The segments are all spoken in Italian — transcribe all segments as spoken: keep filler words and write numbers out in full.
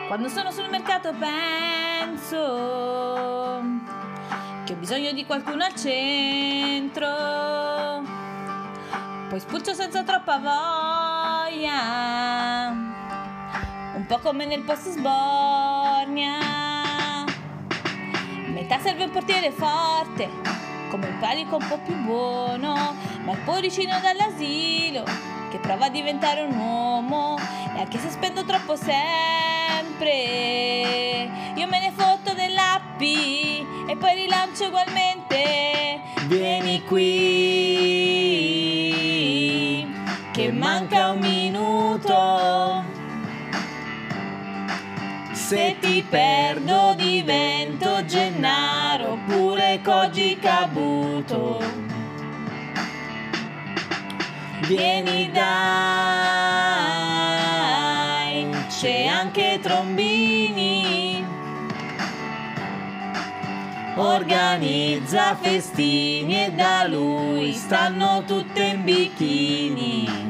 Quando sono sul mercato penso che ho bisogno di qualcuno al centro, poi spulcio senza troppa voglia, un po' come nel post sbornia. Metà serve un portiere forte, come il panico un po' più buono, ma il poricino dall'asilo che prova a diventare un uomo. E anche se spendo troppo sempre, io me ne fotto dell'appi e poi rilancio ugualmente. Vieni qui, che manca un minuto. Se ti perdo divento Gennaro oppure Koji Kabuto. Vieni dai, c'è anche Trombini. Organizza festini e da lui stanno tutte in bikini.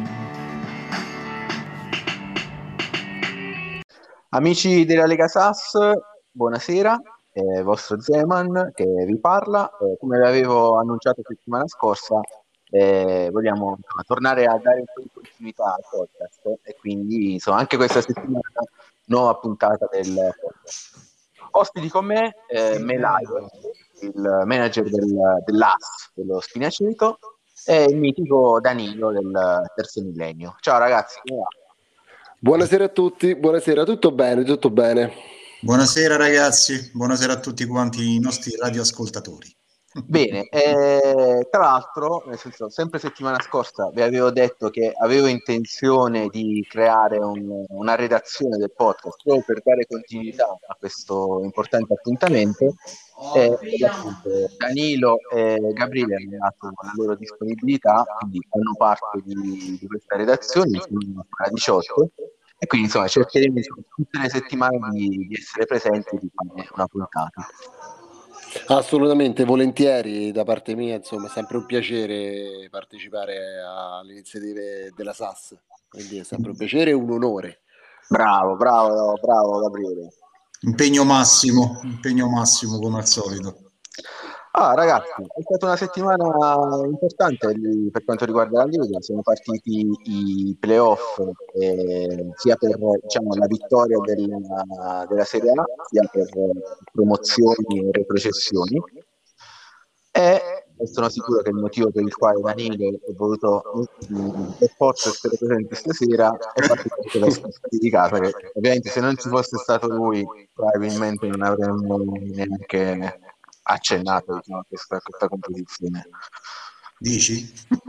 Amici della Lega Sass, buonasera, è il vostro Zeman che vi parla. Eh, come vi avevo annunciato settimana scorsa, eh, vogliamo insomma, tornare a dare un po' di continuità al podcast e quindi insomma, anche questa settimana nuova puntata del podcast. Ospiti con me, eh, Melaio, il manager del, dell'A S, dello Spinaceto, e il mitico Danilo del Terzo Millennio. Ciao ragazzi, come va? Buonasera a tutti, buonasera, tutto bene, tutto bene. Buonasera ragazzi, buonasera a tutti quanti i nostri radioascoltatori. Bene, eh, tra l'altro, nel senso, sempre settimana scorsa vi avevo detto che avevo intenzione di creare un, una redazione del podcast proprio per dare continuità a questo importante appuntamento. Eh, ed appunto Danilo e Gabriele hanno dato la loro disponibilità, quindi fanno parte di, di questa redazione, sono a diciotto, e quindi insomma cercheremo insomma, tutte le settimane di, di essere presenti e di fare una puntata. Assolutamente, volentieri da parte mia, insomma, è sempre un piacere partecipare alle iniziative della S A S, quindi è sempre un piacere e un onore. Bravo, bravo, bravo Gabriele. Impegno massimo, impegno massimo come al solito. Ah, ragazzi, è stata una settimana importante per quanto riguarda la Lega. Sono partiti i playoff eh, sia per diciamo, la vittoria della, della Serie A, sia per promozioni e retrocessioni. E sono sicuro che il motivo per il quale Danilo è voluto per forza essere presente stasera è partito per di casa, che ovviamente se non ci fosse stato lui probabilmente non avremmo neanche accennato diciamo, a questa, questa composizione. Dici?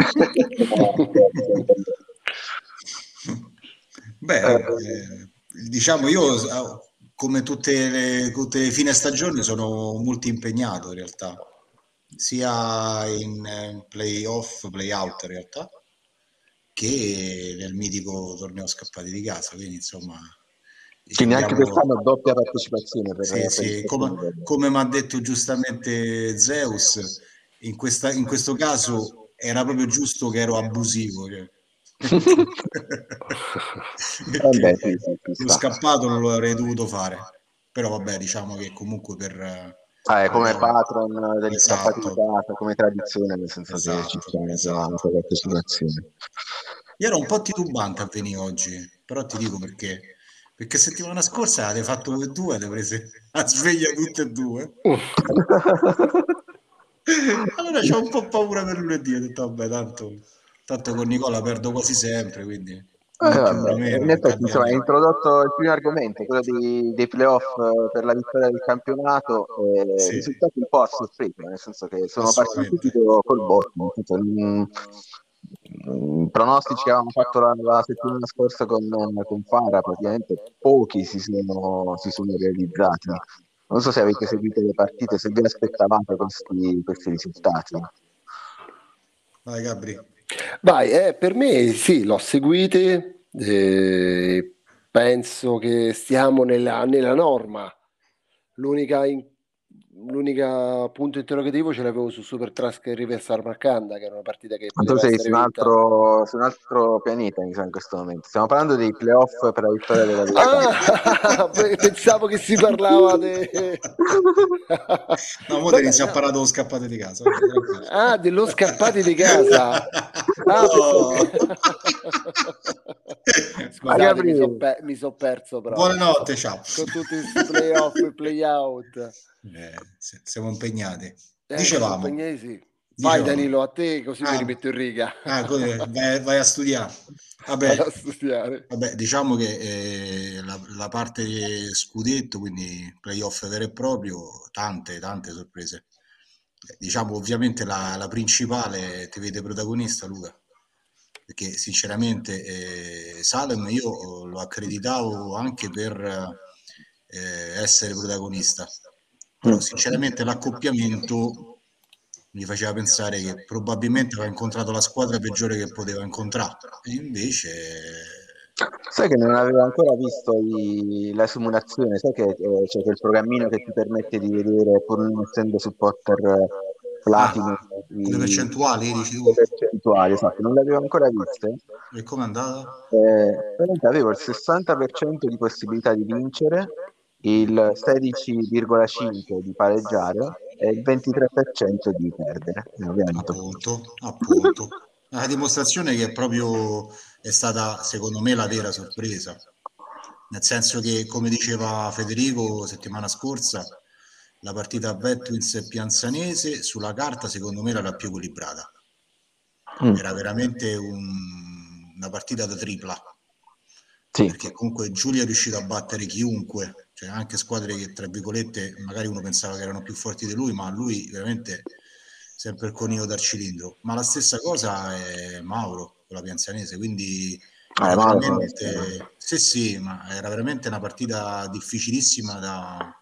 Beh, eh, diciamo io come tutte le, tutte le fine stagione sono molto impegnato in realtà, sia in eh, play-off, play-out in realtà, che nel mitico torneo scappati di casa, quindi insomma... Quindi anche abbiamo... quest'anno doppia partecipazione per, sì, per sì. Come, come mi ha detto giustamente Zeus, in, questa, in questo caso era proprio giusto che ero abusivo, cioè. Vabbè, sì, sì, lo scappato non lo avrei dovuto fare, però vabbè, diciamo che comunque per ah, è come patron degli esatto. scappati di casa, come tradizione, nel senso esatto, che ci sta esatto, la partecipazione. esatto. Io ero un po' titubante a venire oggi, però ti dico perché. Perché settimana scorsa avete fatto voi due, avete preso a sveglia tutte e due. Allora c'ho un po' paura per lunedì, ho detto vabbè, tanto, tanto con Nicola perdo quasi sempre, quindi Eh, una più vabbè, una meno. in effetti insomma, hai introdotto il primo argomento, quello dei, dei playoff eh, per la vittoria del campionato, eh, Sì. risultati un po' a sorpresa, nel senso che sono partiti Assolutamente. col botto, nel senso, mh, mh, pronostici che avevamo fatto la, la settimana scorsa con, con Fara, praticamente pochi si sono, si sono realizzati. Non so se avete seguito le partite, se vi aspettavate questi, questi risultati. Vai Gabri. Vai, eh, per me sì, l'ho seguite, eh, penso che stiamo nella, nella norma. L'unica in- l'unica punto interrogativo ce l'avevo su Super Trask e River Samarcanda, che era una partita che Ma tu poteva sei essere su un vinta. altro, su un altro pianeta, mi sa, in questo momento. Stiamo parlando dei playoff per la vittoria della Lega. Ah, pensavo che si parlava de... No, mo te Vabbè, inizia a no. parlare dello scappate di casa. Vabbè, tranquillo. Ah, dello scappati di casa. Ah, Oh. pensavo... Ma Scusate, mi sono Gabriele, pe- mi son perso proprio Buonanotte, ciao. con tutti questi playoff e playout. Eh, se- siamo impegnati. Eh, siamo Dicevamo, impegnati, sì. Vai dicevamo. Danilo, a te così mi Ah, rimetto in riga. ah, così, vai, vai a studiare. Vabbè, Vado a studiare. vabbè, diciamo che eh, la, la parte di scudetto, quindi playoff vero e proprio, tante, tante sorprese. Eh, Diciamo, ovviamente la, la principale ti vede protagonista, Luca, perché sinceramente eh, Salem io lo accreditavo anche per eh, essere protagonista, però sinceramente l'accoppiamento mi faceva pensare che probabilmente aveva incontrato la squadra peggiore che poteva incontrare, e invece sai che non avevo ancora visto i- la simulazione, sai che eh, c'è quel programmino che ti permette di vedere, pur non essendo supporter eh, ah, Platinum, con le i- percentuali dici le tu? percentuali, esatto, non le avevo ancora viste. E com'è andata? Eh, veramente avevo il sessanta per cento di possibilità di vincere, il sedici virgola cinque per cento di pareggiare e il ventitré per cento di perdere. E ho vinto. Appunto, appunto. La dimostrazione che proprio è stata, secondo me, la vera sorpresa. Nel senso che, come diceva Federico settimana scorsa, la partita Vetwins e Pianzanese sulla carta, secondo me, era la più equilibrata. Mm, Era veramente un- una partita da tripla, sì, perché comunque Giulia è riuscito a battere chiunque, cioè anche squadre che, tra virgolette, magari uno pensava che erano più forti di lui, ma lui veramente sempre il conio dal cilindro. Ma la stessa cosa è Mauro con la Pianzanese, quindi eh, era ma veramente, sì, sì, ma era veramente una partita difficilissima da,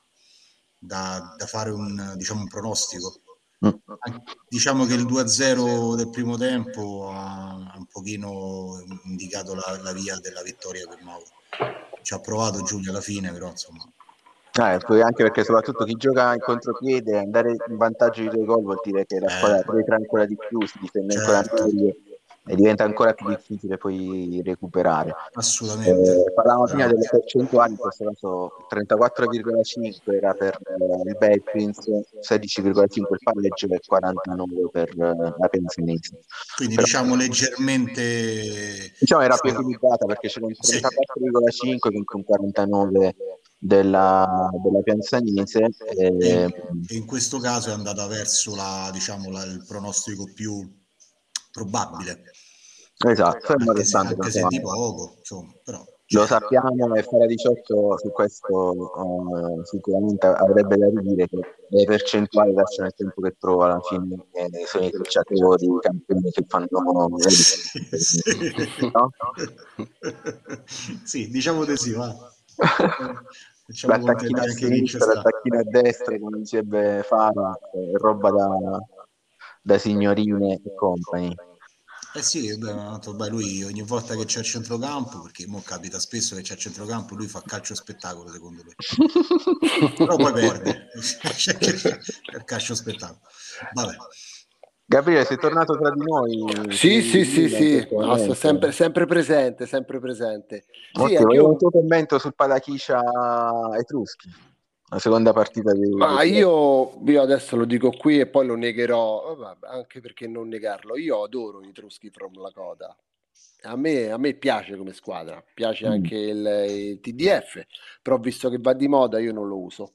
da, da fare un, diciamo, un pronostico. mm. Diciamo che il due a zero del primo tempo ha un pochino indicato la, la via della vittoria per Mauro. Ci ha provato Giulio alla fine, però insomma. Eh, poi anche perché soprattutto chi gioca in contropiede, andare in vantaggio di due gol vuol dire che la Eh, squadra arretra ancora di più, si difende ancora certo, meglio e diventa ancora più difficile poi recuperare. assolutamente. Eh, parlavamo prima Bravo. delle percentuali, in questo caso il trentaquattro virgola cinque era per eh, il Belpins, sedici virgola cinque il pareggio e quarantanove per eh, la Pensenese. Quindi Però, diciamo leggermente diciamo era più fuori. equilibrata perché c'era un Sì. trentaquattro virgola cinque contro un quarantanove della, della Pianzanese. E, E, e in questo caso è andata verso la, diciamo, la, il pronostico più probabile, esatto, fermo anche se, restando, anche se insomma, di poco, insomma, però lo c'è. sappiamo e Fara diciotto su questo eh, sicuramente avrebbe da ridire che le percentuali lasciano il tempo che trova, alla fine eh, sono i calciatori, i campioni che fanno le Sì, sì. no? Sì, diciamo di sì, va. Facciamo L'attacchino contenti a anche chi ci sinistra, sta. l'attacchino a destra, come dicerebbe Fara, è roba da, da signorine e compagni. Eh sì, beh, tanto, beh, lui ogni volta che c'è il centrocampo, perché mo capita spesso che c'è il centrocampo, lui fa calcio spettacolo, secondo me. Però poi perde. C'è il calcio spettacolo. Vabbè. Gabriele, sei tornato tra di noi, Sì, sei sì, sì, in sì, questo no, sto momento. sempre, sempre presente, sempre presente. Sì, Ottimo, anche io ho un io, tuo commento sul Palachiscia Etruschi, la seconda partita dei, dei ma playoff. io, io adesso lo dico qui e poi lo negherò, vabbè, anche perché non negarlo. Io adoro i Etruschi from Lakota. A me, a me piace come squadra, piace Mm. anche il, il T D F, però visto che va di moda io non lo uso.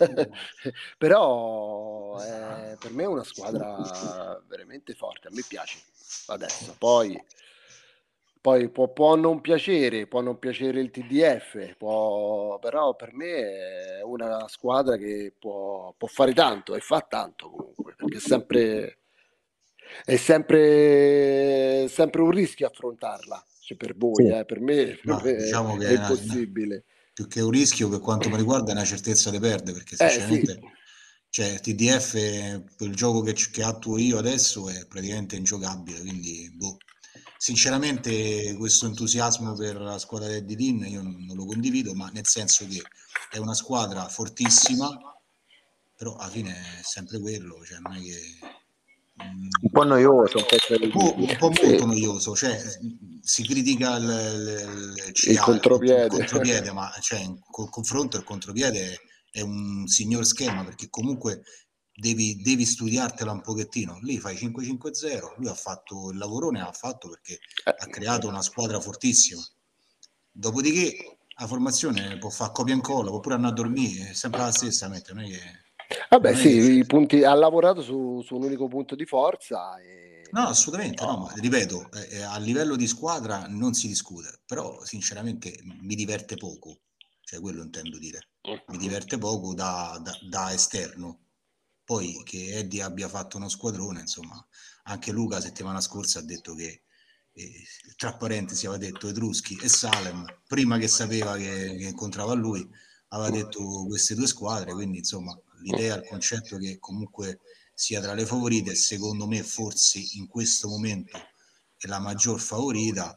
Però eh, per me è una squadra veramente forte, a me piace adesso. Poi, poi può, può non piacere, può non piacere il T D F, può- però per me è una squadra che può, può fare tanto e fa tanto comunque, perché è sempre, è sempre, sempre un rischio affrontarla. Cioè, per voi, Sì, eh, per me, per Ma me diciamo che è è una- una- impossibile. più che un rischio, per quanto mi riguarda, è una certezza di perdere, perché Eh sì, sinceramente, cioè, T D F, per il gioco che, che attuo io adesso, è praticamente ingiocabile, quindi boh. Sinceramente questo entusiasmo per la squadra del Didin io non, non lo condivido, ma nel senso che è una squadra fortissima, però alla fine è sempre quello, cioè non è che un po' noioso, un po', un po', un po' Sì. molto noioso, cioè si critica il, il, il, C A, Il contropiede. il contropiede, ma cioè, in co- confronto il contropiede è un signor schema, perché comunque devi, devi studiartela un pochettino. Lì fai cinque cinque zero, lui ha fatto il lavorone, ha fatto perché ha creato una squadra fortissima. Dopodiché la formazione può fare copia e incolla, può pure andare a dormire, è sempre la stessa, non è che... Vabbè, non è sì, che- i punti, ha lavorato su, su un unico punto di forza. E... No, assolutamente no, No. ma ripeto, eh, a livello di squadra non si discute, però sinceramente mi diverte poco, cioè quello intendo dire, mi diverte poco da, da, da esterno. Poi che Eddie abbia fatto uno squadrone, insomma, anche Luca settimana scorsa ha detto che, eh, tra parentesi, aveva detto Etruschi e Salem, prima che sapeva che, che incontrava lui, aveva detto queste due squadre, quindi insomma l'idea, il concetto che comunque sia tra le favorite, secondo me forse in questo momento è la maggior favorita,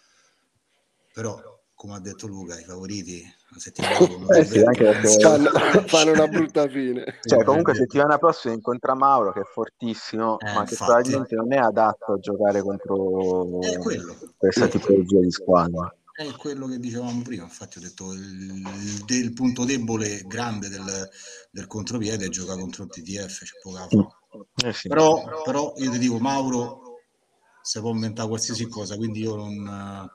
però come ha detto Luca, i favoriti la settimana dopo Eh sì, anche perché- fanno, fanno una brutta fine. Cioè, comunque settimana prossima incontra Mauro che è fortissimo, Eh, ma che infatti. probabilmente non è adatto a giocare contro È quello. questa tipologia di squadra. È quello che dicevamo prima, infatti ho detto il, il, il punto debole grande del, del contropiede è giocare contro il T T F, c'è poca fa. Eh sì. Però, però io ti dico, Mauro si può inventare qualsiasi cosa, quindi io non...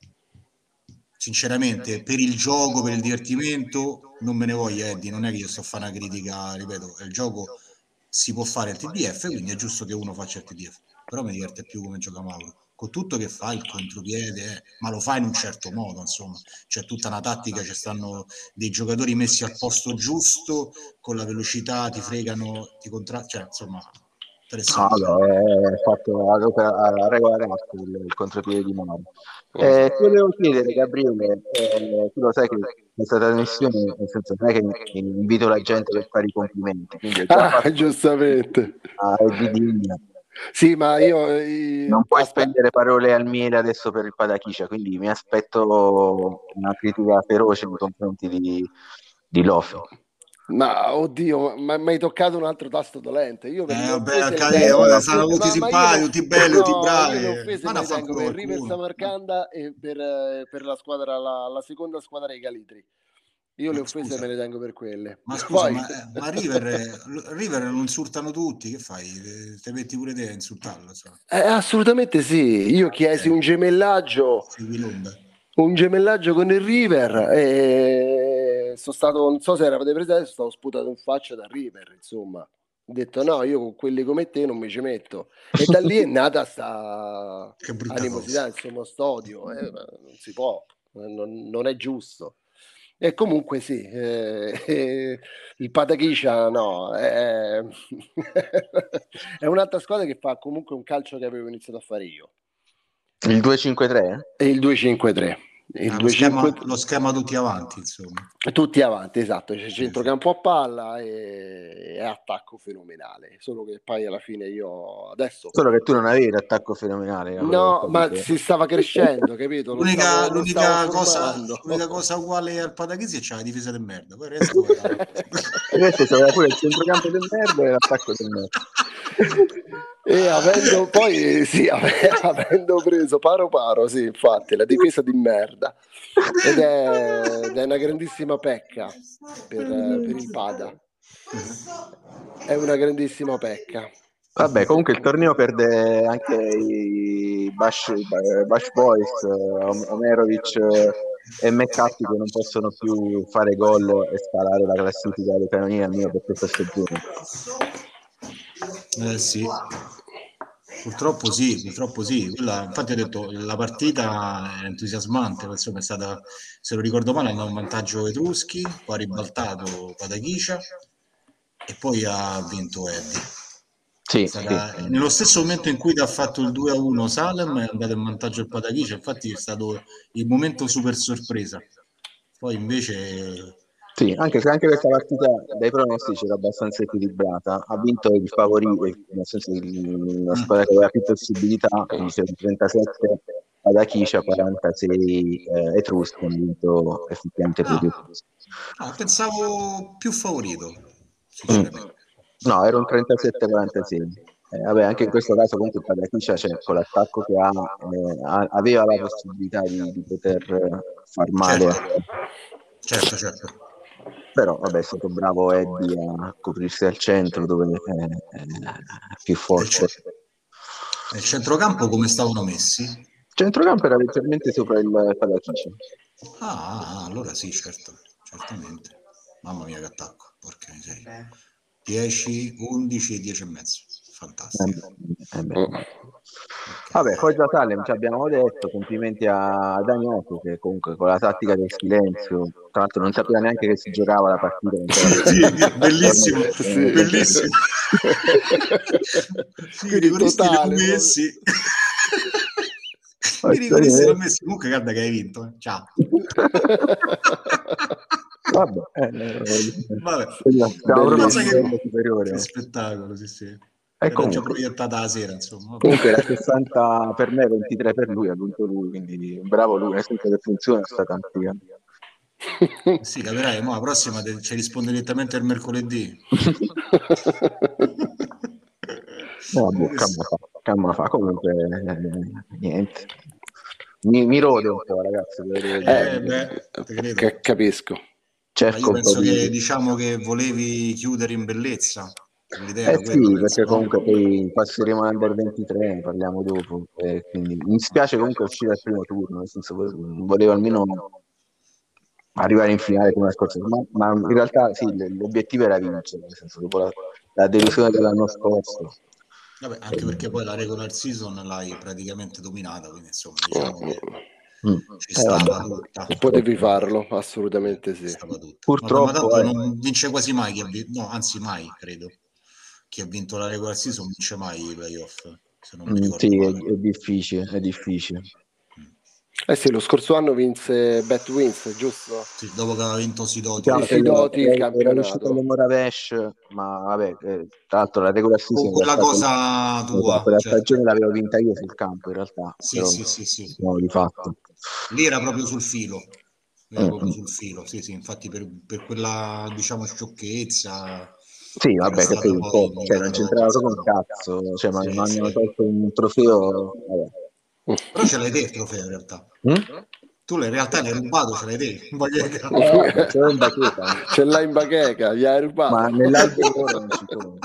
Sinceramente, per il gioco, per il divertimento, non me ne voglio, Eddie, non è che io sto a fare una critica, ripeto, il gioco si può fare il T D F, quindi è giusto che uno faccia il T D F, però mi diverte più come gioca Mauro, con tutto che fa il contropiede, eh, ma lo fa in un certo modo, insomma, c'è tutta una tattica, ci stanno dei giocatori messi al posto giusto, con la velocità, ti fregano, ti contra... cioè, insomma, interessante. No, no, è fatto a, a regola razza il, il contropiede di Mauro. Eh, ti volevo chiedere, Gabriele, eh, tu lo sai che questa trasmissione, nel senso, non è che invito la gente per fare i complimenti, quindi ho già Ah, fatto giustamente. a Eddie Digna. Sì, ma io... eh, Non puoi aspe- spendere parole al miele adesso per il Padachiscia, quindi mi aspetto una critica feroce nei confronti di, di Lofi. Ma oddio, ma mi hai toccato un altro tasto dolente. Io per Eh, le vabbè, offese le capito, tengo, ora le saranno offese- tutti ma, ma io le simpatici, off- tutti belli, tutti no, bravi. io le offese Ma me ne le fa tengo ancora per River qualcuno. Samarcanda e per, eh, per la squadra, la, la seconda squadra dei Calitri. Io le Ma offese scusa, me le tengo per quelle. ma scusa, Poi... ma, eh, ma River, eh, River lo insultano tutti, che fai? Te, te metti pure te a insultarlo, so. Eh, assolutamente sì. Io chiesi un gemellaggio, Segui l'onda. un gemellaggio con il River e sono stato, non so se eravate presenti, sono stato sputato in faccia da River, insomma. Ho detto no, io con quelli come te non mi ci metto. E da lì è nata sta Che brutta animosità, cosa. insomma, sto odio. Eh, ma non si può, eh, non, non è giusto. E comunque sì, eh, eh, il Patachiscia no, è, è un'altra squadra che fa comunque un calcio che avevo iniziato a fare io. Il due cinque tre? E il due cinque tre. Il Ah, lo, due schema, cinque lo schema tutti avanti, insomma. tutti avanti, esatto, c'è Sì, centrocampo a palla e, e attacco fenomenale, solo che poi alla fine io adesso Solo che tu non avevi l'attacco fenomenale. da quello no, che ho ma capito. si stava crescendo, capito? Lo L'unica, stavo, lo l'unica, stavo cosa, formando. l'unica cosa uguale al Patachisi è c'ha la difesa del merda, poi il resto era... Adesso c'aveva pure il centrocampo del merda e l'attacco del merda. E avendo poi sì, ave- avendo preso paro paro, sì, infatti, la difesa di merda. Ed è, ed è una grandissima pecca per, per il Pada. È una grandissima pecca. Vabbè, comunque il torneo perde anche i Bash, Bash Boys, eh, Omerovic eh, e McCarthy che non possono più fare gol e scalare la classifica dei canonieri almeno per questa stagione. Eh sì, purtroppo sì, purtroppo sì. Quella, infatti ho detto, la partita è entusiasmante, insomma è stata, se lo ricordo male, hanno un vantaggio Etruschi, poi ha ribaltato Patachiscia e poi ha vinto Eddie. Sì, Stata, sì. nello stesso momento in cui ti ha fatto il due a uno Salem è andato in vantaggio il Patachiscia, infatti è stato il momento super sorpresa. Poi invece... Sì, anche se anche questa partita dai pronostici era abbastanza equilibrata, ha vinto il favorito, nel senso il- la squadra che aveva più possibilità, quindi c'era trentasette ad Achiscia, quarantasei eh, Etruschi, hanno vinto effettivamente Ah, tutti. ah, pensavo più favorito. sinceramente. Mm. No, era un trentasette quarantasei. Eh, vabbè, anche in questo caso comunque il Pagatiscia, cioè, con l'attacco che ha, eh, ha- aveva la possibilità di, di poter eh, far male, Certo, certo, certo. però vabbè, è stato bravo Eddie a coprirsi al centro dove è, è- è più E il, forte. ce- e il centrocampo come stavano messi? Il centrocampo era leggermente sopra il Pagatiscia. Ah, ah, allora sì, certo, certamente. Mamma mia che attacco, porca miseria. dieci, undici e dieci e mezzo. Fantastico. Eh, beh. Mm. Vabbè, Foggia Salem ci abbiamo detto, complimenti a Daniato che comunque con la tattica del silenzio, tra l'altro non sapeva neanche che si giocava la partita. non c'era- Sì, bellissimo, Sì. bellissimo. Sì, i Quindi rigoristi li ho totale, messi. Oh, I rigoristi li ho sorry. messi. Comunque guarda che hai vinto. eh. Ciao. Vabbè, eh, Vabbè. stiamo proprio a un Mazza che, livello superiore. che spettacolo, sì, sì. E Era già comunque, proiettata la sera, insomma. Vabbè. comunque era sessanta per me, ventitré per lui, ha vinto lui, quindi bravo lui, nel senso che funziona sta tattica. Sì, capirai, ma la prossima te- ci risponde direttamente il mercoledì. No, boh, calma fa, calma fa. Comunque, eh, niente. Mi, mi rode un po', ragazzi, ve lo devo dire. Eh, beh, te credo. Ca- capisco. Cerco Ma io un po' penso di... che diciamo che volevi chiudere in bellezza. L'idea Eh era quella, sì, penso, perché no? comunque poi passeremo all'Under ventitré, ne parliamo dopo. eh, quindi mi spiace comunque uscire al primo turno, nel senso che volevo almeno arrivare in finale come la scorsa, ma, ma in realtà sì, l- l'obiettivo era vincere, nel senso dopo la, la delusione dell'anno scorso. Vabbè, anche perché poi la regular season l'hai praticamente dominata, quindi insomma diciamo che Mm. ci Eh, vabbè. stava tutta. Potevi farlo, assolutamente Ci sì. stava tutta. Vabbè, ma Purtroppo, tanto eh, non vince quasi mai chi ha vinto, no, anzi mai, credo. Chi ha vinto la regular season vince mai i playoff, se non mi mm, ricordo sì, è, male. è difficile, è difficile. Eh sì, lo scorso anno vinse Bet Wins, giusto? Sì, dopo che aveva vinto Sidoti. Diciamo, I Sidoti, il era, era campionato. uscito le Moravesh, ma vabbè, eh, tra l'altro la regular Con season in quella realtà cosa quella, tua, quella certo. stagione l'avevo vinta io sul campo in realtà, Sì, però sì, sì, sì. no, di fatto. Lì era proprio sul filo. Lì era Mm, proprio mm. sul filo, sì, sì, infatti per, per quella, diciamo, sciocchezza Sì, che era vabbè, che stata poi un poi po', cioè, non indicata c'entrava dopo. proprio un cazzo, cioè, ma Sì, mi hanno sì. tolto un trofeo, vabbè. Però ce l'hai te il trofeo in realtà. Mm? Tu in realtà l'hai rubato, ce l'hai te. in bacheca. Eh, vabbè, ce l'ho in bacheca, Ce l'hai in bacheca, gli hai rubato. ma nell'albero loro non ci sono.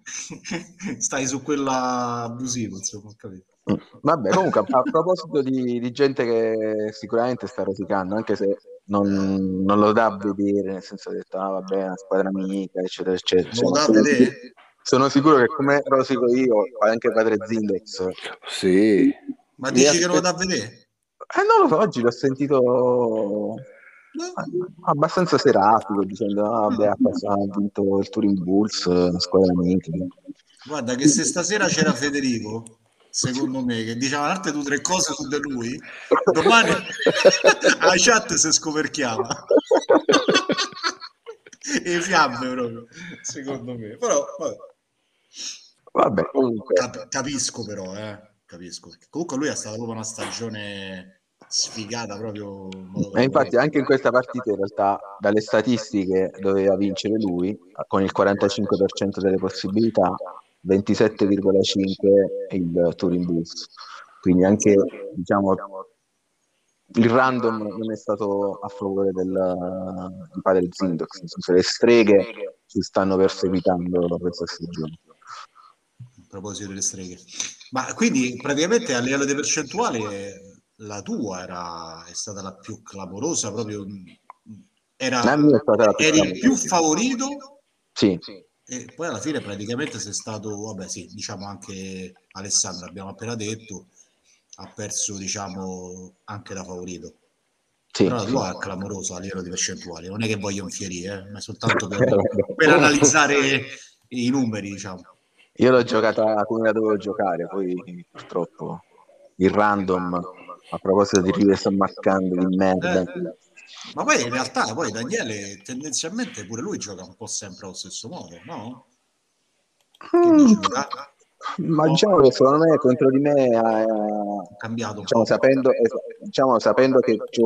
Stai su quella abusiva, insomma, ho capito. Mm. Vabbè, comunque, a, a proposito di, di gente che sicuramente sta rosicando, anche se non, non lo dà a vedere, nel senso che ha detto, ah, vabbè, è una squadra amica, eccetera, eccetera. Non Cioè, lo ma dà a sono, vedere? sicuro, sono sicuro che come rosico io, anche padre Zindex. Sì. Ma Mi dici che non lo aspe- dà a vedere? Eh, non lo so, oggi l'ho sentito abbastanza serafico, dicendo, ah, vabbè, ha, pass- ha vinto il Turin Bulls, una squadra amica. Guarda che se stasera c'era Federico, secondo me, che diceva un'altra due o tre cose su di lui, domani la chat si scoperchiava. E fiamme proprio, secondo me. Però, vabbè. Vabbè, comunque. Cap- capisco però, eh, capisco. Comunque lui è stata proprio una stagione sfigata proprio in modo E infatti clamoroso. anche in questa partita in realtà dalle statistiche doveva vincere lui con il quarantacinque per cento delle possibilità, ventisette virgola cinque il Turin Bulls. Quindi anche diciamo il random non è stato a favore del, di padre Zindox, nel senso le streghe ci stanno perseguitando questa stagione. A proposito delle streghe. Ma quindi praticamente a livello di percentuale la tua era, è stata la più clamorosa, proprio era, La mia è stata la più eri il clamorosa. più favorito Sì, e poi alla fine praticamente sei stato, vabbè sì, diciamo anche Alessandro, abbiamo appena detto, ha perso diciamo anche da favorito. sì, Però la sì. tua è clamorosa a livello di percentuali, non è che voglio infierire, eh, ma è soltanto per, per analizzare i numeri, diciamo. Io l'ho giocata come la dovevo giocare, poi purtroppo il random, a proposito di Rives marcando di merda. Eh, ma poi in realtà poi Daniele tendenzialmente pure lui gioca un po' sempre allo stesso modo, no? Che Mm, dici, Luca? ma No? diciamo che secondo me contro di me ha È cambiato un diciamo, po'. sapendo, es- diciamo, sapendo che gioco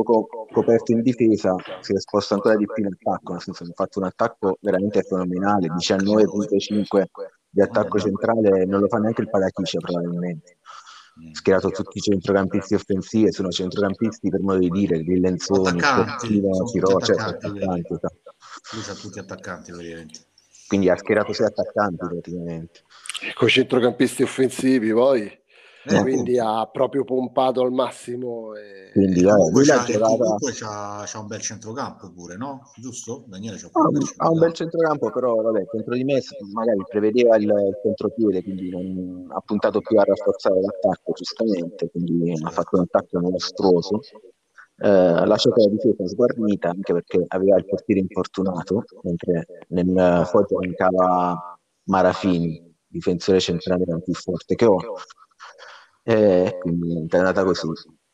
coperto in difesa, si è esposto ancora di più in attacco, nel senso che ha fatto un attacco veramente fenomenale, diciannove virgola cinque di attacco centrale, non lo fa neanche il Paratice probabilmente. Schierato tutti i centrocampisti offensivi, sono centrocampisti per modo di dire, Lillenzoni, attaccanti, sono tutti Ciro, cioè, attaccanti, attaccanti, esatto. lui c'ha tutti attaccanti praticamente. Quindi ha schierato sei attaccanti praticamente. Con i centrocampisti offensivi poi, Eh, quindi appunto. ha proprio pompato al massimo. E... Quindi, E eh, comunque, lui l'ha c'ha, e giocata... comunque c'ha, c'ha un bel centrocampo pure, no? Giusto? Daniele c'ha Ha pure un un, bel ha un bel centrocampo. centrocampo, però vabbè, contro di me magari prevedeva il, il contropiede, quindi non, ha puntato più a rafforzare l'attacco, giustamente, quindi ha fatto un attacco mostruoso. Eh, ha lasciato la difesa sguarnita anche perché aveva il portiere infortunato, mentre nel Foggia mancava Marafini, difensore centrale più forte che ho. E quindi è andata così.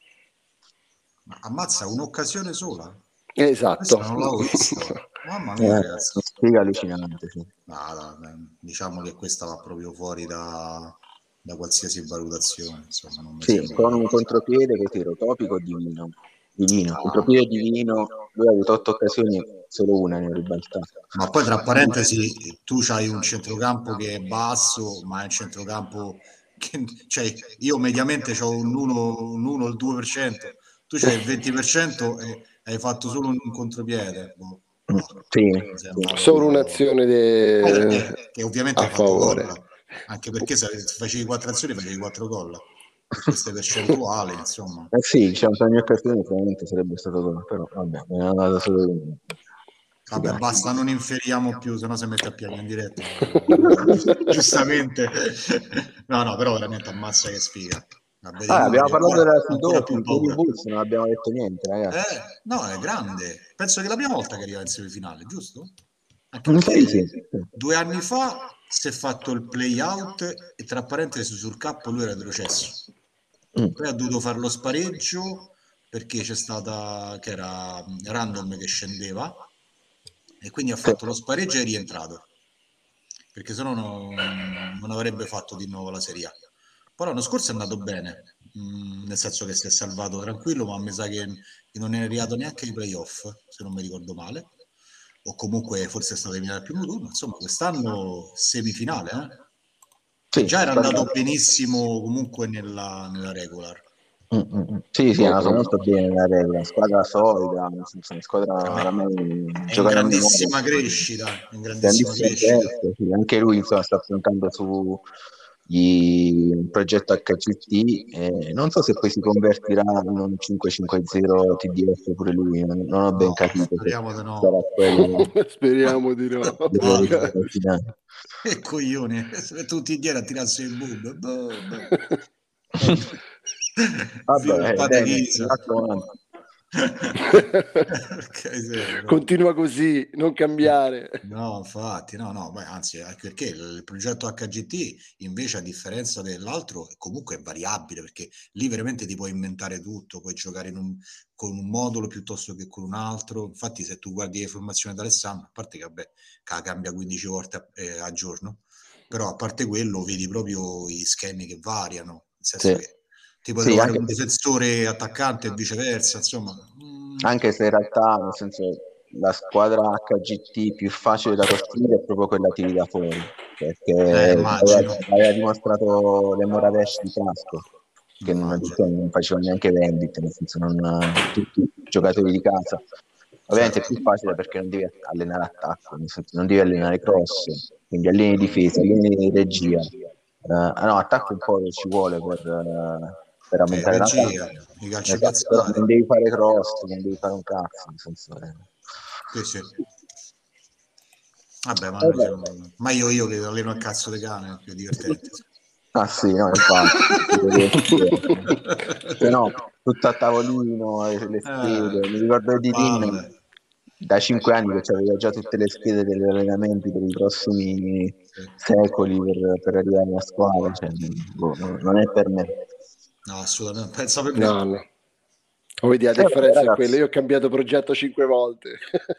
Ma ammazza un'occasione sola? Esatto. Questo non l'avevo visto. Mamma mia, Eh, ragazzi. una sfiga allucinante, sì. No, no, diciamo che questa va proprio fuori da, da qualsiasi valutazione. Insomma, non mi Sì, sembra con una un cosa. contropiede così rotopico divino. Divino. Ah. Contropiede divino, lui ha avuto otto occasioni, solo una ne ha ribaltata. Ma poi tra parentesi, tu c'hai un centrocampo che è basso, ma è un centrocampo che, cioè, io mediamente ho un uno, un uno, il due per cento, tu c'hai il venti per cento e hai fatto solo un contropiede. Boh, boh, Sì, mi sì. sembra Solo proprio- un'azione de... Eh, eh, che ovviamente a hai fatto gol, favore. anche perché se facevi quattro azioni facevi quattro gol. Con queste percentuali, insomma. Eh sì, diciamo, per ogni occasione probabilmente sarebbe stato gol, però vabbè, me ne è andata solo una. Vabbè, Sì, basta, non inferiamo più, se no si mette a piangere in diretta. Giustamente. No, no, però veramente ammazza che sfiga. La vedi Ah, abbiamo inutile, parlato ancora, della ancora più Sidoti, per i paura. Bulls non abbiamo detto niente, ragazzi. Eh, no, è grande. Penso che è la prima volta che arriva in semifinale, giusto? Anche Mi sa di perché sì. due anni fa si è fatto il play out e tra parentesi sul campo lui era retrocesso. Mm. Poi ha dovuto fare lo spareggio perché c'è stata che era Random che scendeva e quindi ha fatto lo spareggio e è rientrato perché sennò non, non avrebbe fatto di nuovo la Serie A. Però l'anno scorso è andato bene, mh, nel senso che si è salvato tranquillo, ma mi sa che, che non è arrivato neanche ai playoff, se non mi ricordo male, o comunque forse è stato eliminato al primo turno. Insomma, quest'anno semifinale, eh? Che Sì, già era squadra- andato benissimo comunque nella, nella regular. Mm, mm, mm. Sì, sì, è andato molto bene la regola, squadra solida, nel senso, una squadra oramai È in giocata a memoria. grandissima crescita, in grandissima Grandissimo crescita. gesto, sì. Anche lui insomma, sta puntando su gli- un progetto H C T e non so se poi si convertirà in un cinque cinque zero T D F pure lui, non, non ho ben No, capito se speriamo di no. sarà quello Speriamo di no. Palle. del finale. E coglioni, se tutti dietro a tirarsi il bub. Boh, boh. Vabbè, eh, bene, mi Patechizza. raccomando. Porca miseria, no. Continua così, non cambiare. No, infatti, no, no, beh, anzi, anche perché il progetto H G T invece, a differenza dell'altro, comunque è variabile perché lì veramente ti puoi inventare tutto, puoi giocare in un, con un modulo piuttosto che con un altro. Infatti, se tu guardi le formazioni d'Alessandro, a parte che vabbè, che cambia quindici volte a, eh, a giorno, però a parte quello, vedi proprio i schemi che variano, nel senso Sì. che ti puoi Sì, trovare anche un se- difensore attaccante e viceversa, insomma. mm, Anche se in realtà, nel senso, la squadra H G T più facile da costruire è proprio quella tiri da fuori, perché Eh, aveva, immagino, aveva dimostrato le Moravesh di Trasco, che non, immagino. non facevano neanche vendite, nel senso, non, tutti giocatori di casa. Ovviamente è Certo. più facile perché non devi allenare attacco, nel senso, non devi allenare cross, quindi alleni difesa, alleni regia. Eh, ah no, attacco un po' ci vuole per, eh, per Sì, aumentare l'attacco. regia, i calci Esatto, però piazzati. non devi fare cross, non devi fare un cazzo, nel senso, eh. Sì, sì. Vabbè, ma, noi Vabbè. siamo- ma io, io che alleno a cazzo di cane è più divertente. Ah sì, no, infatti. Se no, tutto a tavolino, le, le schede. Eh, Mi ricordo di Din palle. da cinque anni che aveva già tutte le schede degli allenamenti per i prossimi Sì. secoli per, per arrivare alla squadra. Cioè, boh, no, non è per me. No, assolutamente, pensa per me. No, no. Vedi, la Eh, vabbè, differenza è ragazzi. quella. Io ho cambiato progetto cinque volte.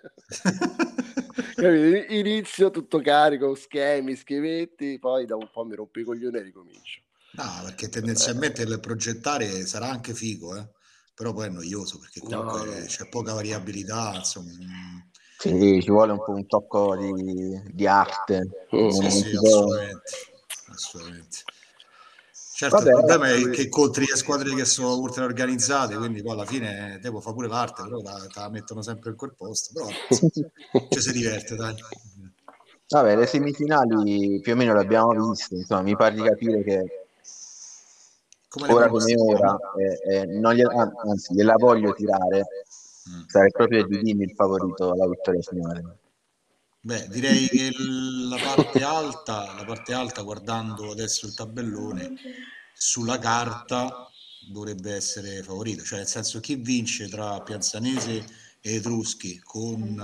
Capito? Inizio tutto carico, schemi, schivetti, poi da un po' mi rompo i coglioni e ricomincio. No, perché tendenzialmente il progettare sarà anche figo, eh? però poi è noioso perché comunque No, no. c'è poca variabilità, insomma. Sì, ci vuole un po' un tocco di, di arte. Mm. Sì, Non sì, si può- assolutamente, assolutamente. Certo, Vabbè, il problema è ragazzi, che incontri le squadre che sono ultra organizzate, quindi poi alla fine devo fa pure l'arte, però te la mettono sempre in quel posto, però insomma, ci si diverte, dai. vabbè, le semifinali più o meno le abbiamo viste, insomma, mi pare di capire che Come le ora come ora, pronostichiamo? eh, eh, non gliela- an- anzi, gliela voglio tirare, Mm. sarei proprio di Dini il favorito alla vittoria finale. Beh, direi che il- la parte alta, la parte alta, guardando adesso il tabellone, sulla carta dovrebbe essere favorito, cioè nel senso chi vince tra Pianzanese e Etruschi con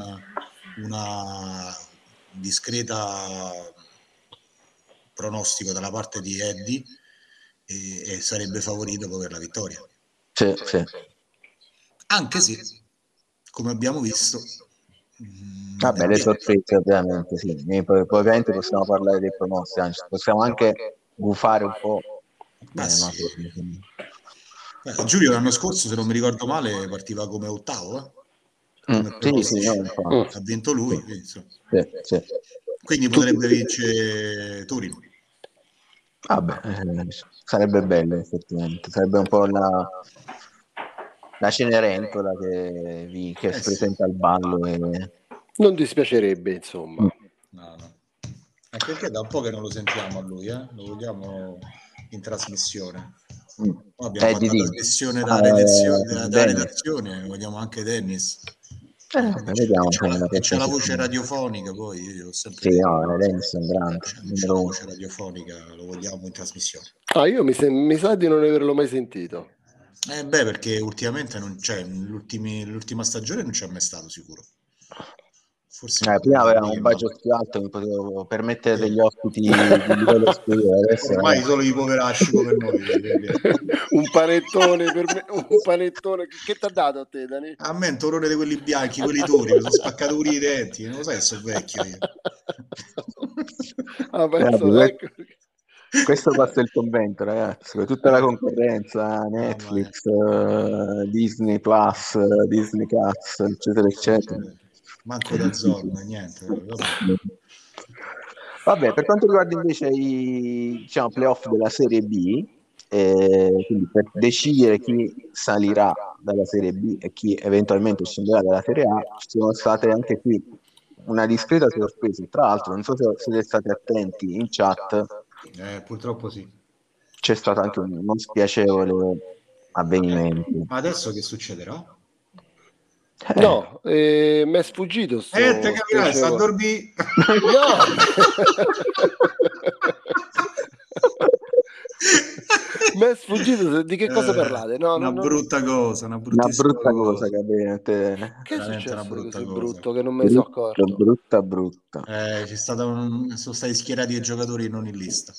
una discreta pronostico dalla parte di Eddie e, e sarebbe favorito poi per la vittoria. Sì, sì. Anche se, come abbiamo visto, mm, non ne Vabbè, le abbiamo. sorprese ovviamente, sì. E poi, poi ovviamente possiamo parlare dei pronostici, anzi, possiamo anche gufare un po'. Ma Eh, ma sì. Beh, Giulio l'anno scorso, se non mi ricordo male, partiva come ottavo, eh? Mm, Come sì, sì, pronostici. no, infatti. Ha vinto lui, Sì, quindi, insomma. sì, sì. Quindi potrebbe vincere Torino. Vabbè, eh, sarebbe bello effettivamente, sarebbe un po' la, la Cenerentola che, vi, che Eh si sì. presenta al ballo. E... Non dispiacerebbe, insomma. No, no. Anche perché da un po' che non lo sentiamo a lui, eh? Lo vogliamo in trasmissione. Mm. Poi abbiamo Eh, fatto la Didi. trasmissione Ah, da, redazio- eh, da, da Dennis. redazione, vogliamo anche Dennis. Eh, Eh, vabbè, che vediamo c'ha se la, nella che c'ha prossima la voce settimana. radiofonica, poi io ho sempre Sì, detto, no, Dennis è un grande, c'ha, c'ha numero la uno. voce radiofonica, lo vogliamo in trasmissione. Ah, io mi, sem- mi sa di non averlo mai sentito. Eh beh, perché ultimamente non c'è, l'ultima stagione non c'è mai stato sicuro. Forse Eh, prima lui avevamo che un manca. budget più alto, mi potevo permettere Sì. degli ospiti di livello superiore. Adesso, Ormai ragazzi, solo i poveracci come noi. vedi. Un panettone per me, un panettone. Che, che ti ha dato a te, Dani? A me un torone di quelli bianchi, quelli duri, mi sono spaccato pure i denti, non lo sai, sono vecchio io. Ah, eh, penso, vabbè, ecco. questo passa il convento, ragazzi, con tutta la concorrenza, Mamma mia. Netflix, eh, Disney Plus, eh, Disney Cats, eccetera, eccetera. Manco da Zorn, niente. Vabbè. Vabbè, per quanto riguarda invece i diciamo, playoff della Serie B, eh, quindi per decidere chi salirà dalla Serie B e chi eventualmente scenderà dalla Serie A, ci sono state anche qui una discreta sorpresa. Tra l'altro, non so se siete stati attenti in chat, Eh, purtroppo sì. c'è stato anche un non spiacevole avvenimento. Ma adesso che succederà? Eh, No, eh, mi è sfuggito Eh, te sto capirai, sta a spiacevole. dormire. No! Mi è sfuggito di che cosa Eh, parlate? No, una no, no. brutta cosa, una una bruttissima brutta cosa cosa. che avviene a te. Che è Veramente una successo di brutta così cosa. brutto che non me ne sono Brutta, accorto? brutta, brutta. Eh, c'è stata un... sono stati schierati i giocatori non in lista.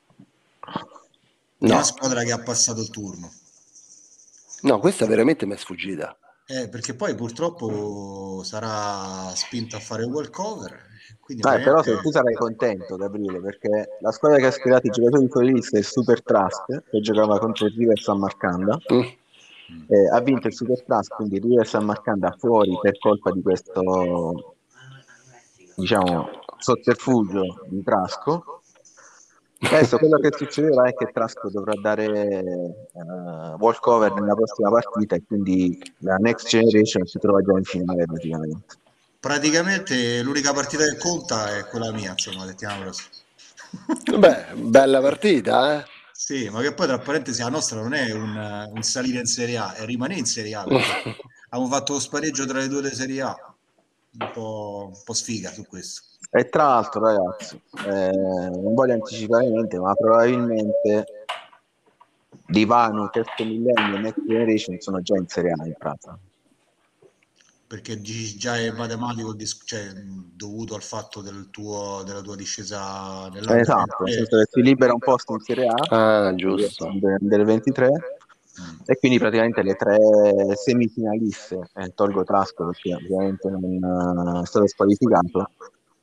Di No, una squadra che ha passato il turno. no, questa veramente mi è sfuggita. Eh, perché poi purtroppo sarà spinto a fare walkover. Quindi Eh, però se praticamente... tu sarai contento, Gabriele, perché la squadra che ha schierato i giocatori fuori lista è il Super Trust, che giocava contro il River San Marcanda. Mm. Eh, ha vinto il Super Trust, quindi il River San Marcanda fuori per colpa di questo, diciamo, sotterfugio di Trasco. Adesso quello che succederà è che Trasco dovrà dare eh, walkover nella prossima partita e quindi la Next Generation si trova già in finale praticamente. Praticamente l'unica partita che conta è quella mia, insomma, settimana prossima. Beh, bella partita, eh? Sì, ma che poi tra parentesi la nostra non è un, un salire in Serie A, è rimanere in Serie A, perché abbiamo fatto lo spareggio tra le due delle Serie A, un po', un po' sfiga su questo. E tra l'altro, ragazzi, eh, non voglio anticipare niente, ma probabilmente Divano, Terzo Millennio e Next Generation sono già in Serie A in pratica. Perché dici già è matematico, cioè, dovuto al fatto del tuo, della tua discesa nell'Under Esatto, nel ventitré. senso che si libera un posto in Serie A Ah, giusto. del ventitré e quindi praticamente le tre semifinaliste, eh, tolgo Trasco perché ovviamente non eh, è stato squalificato,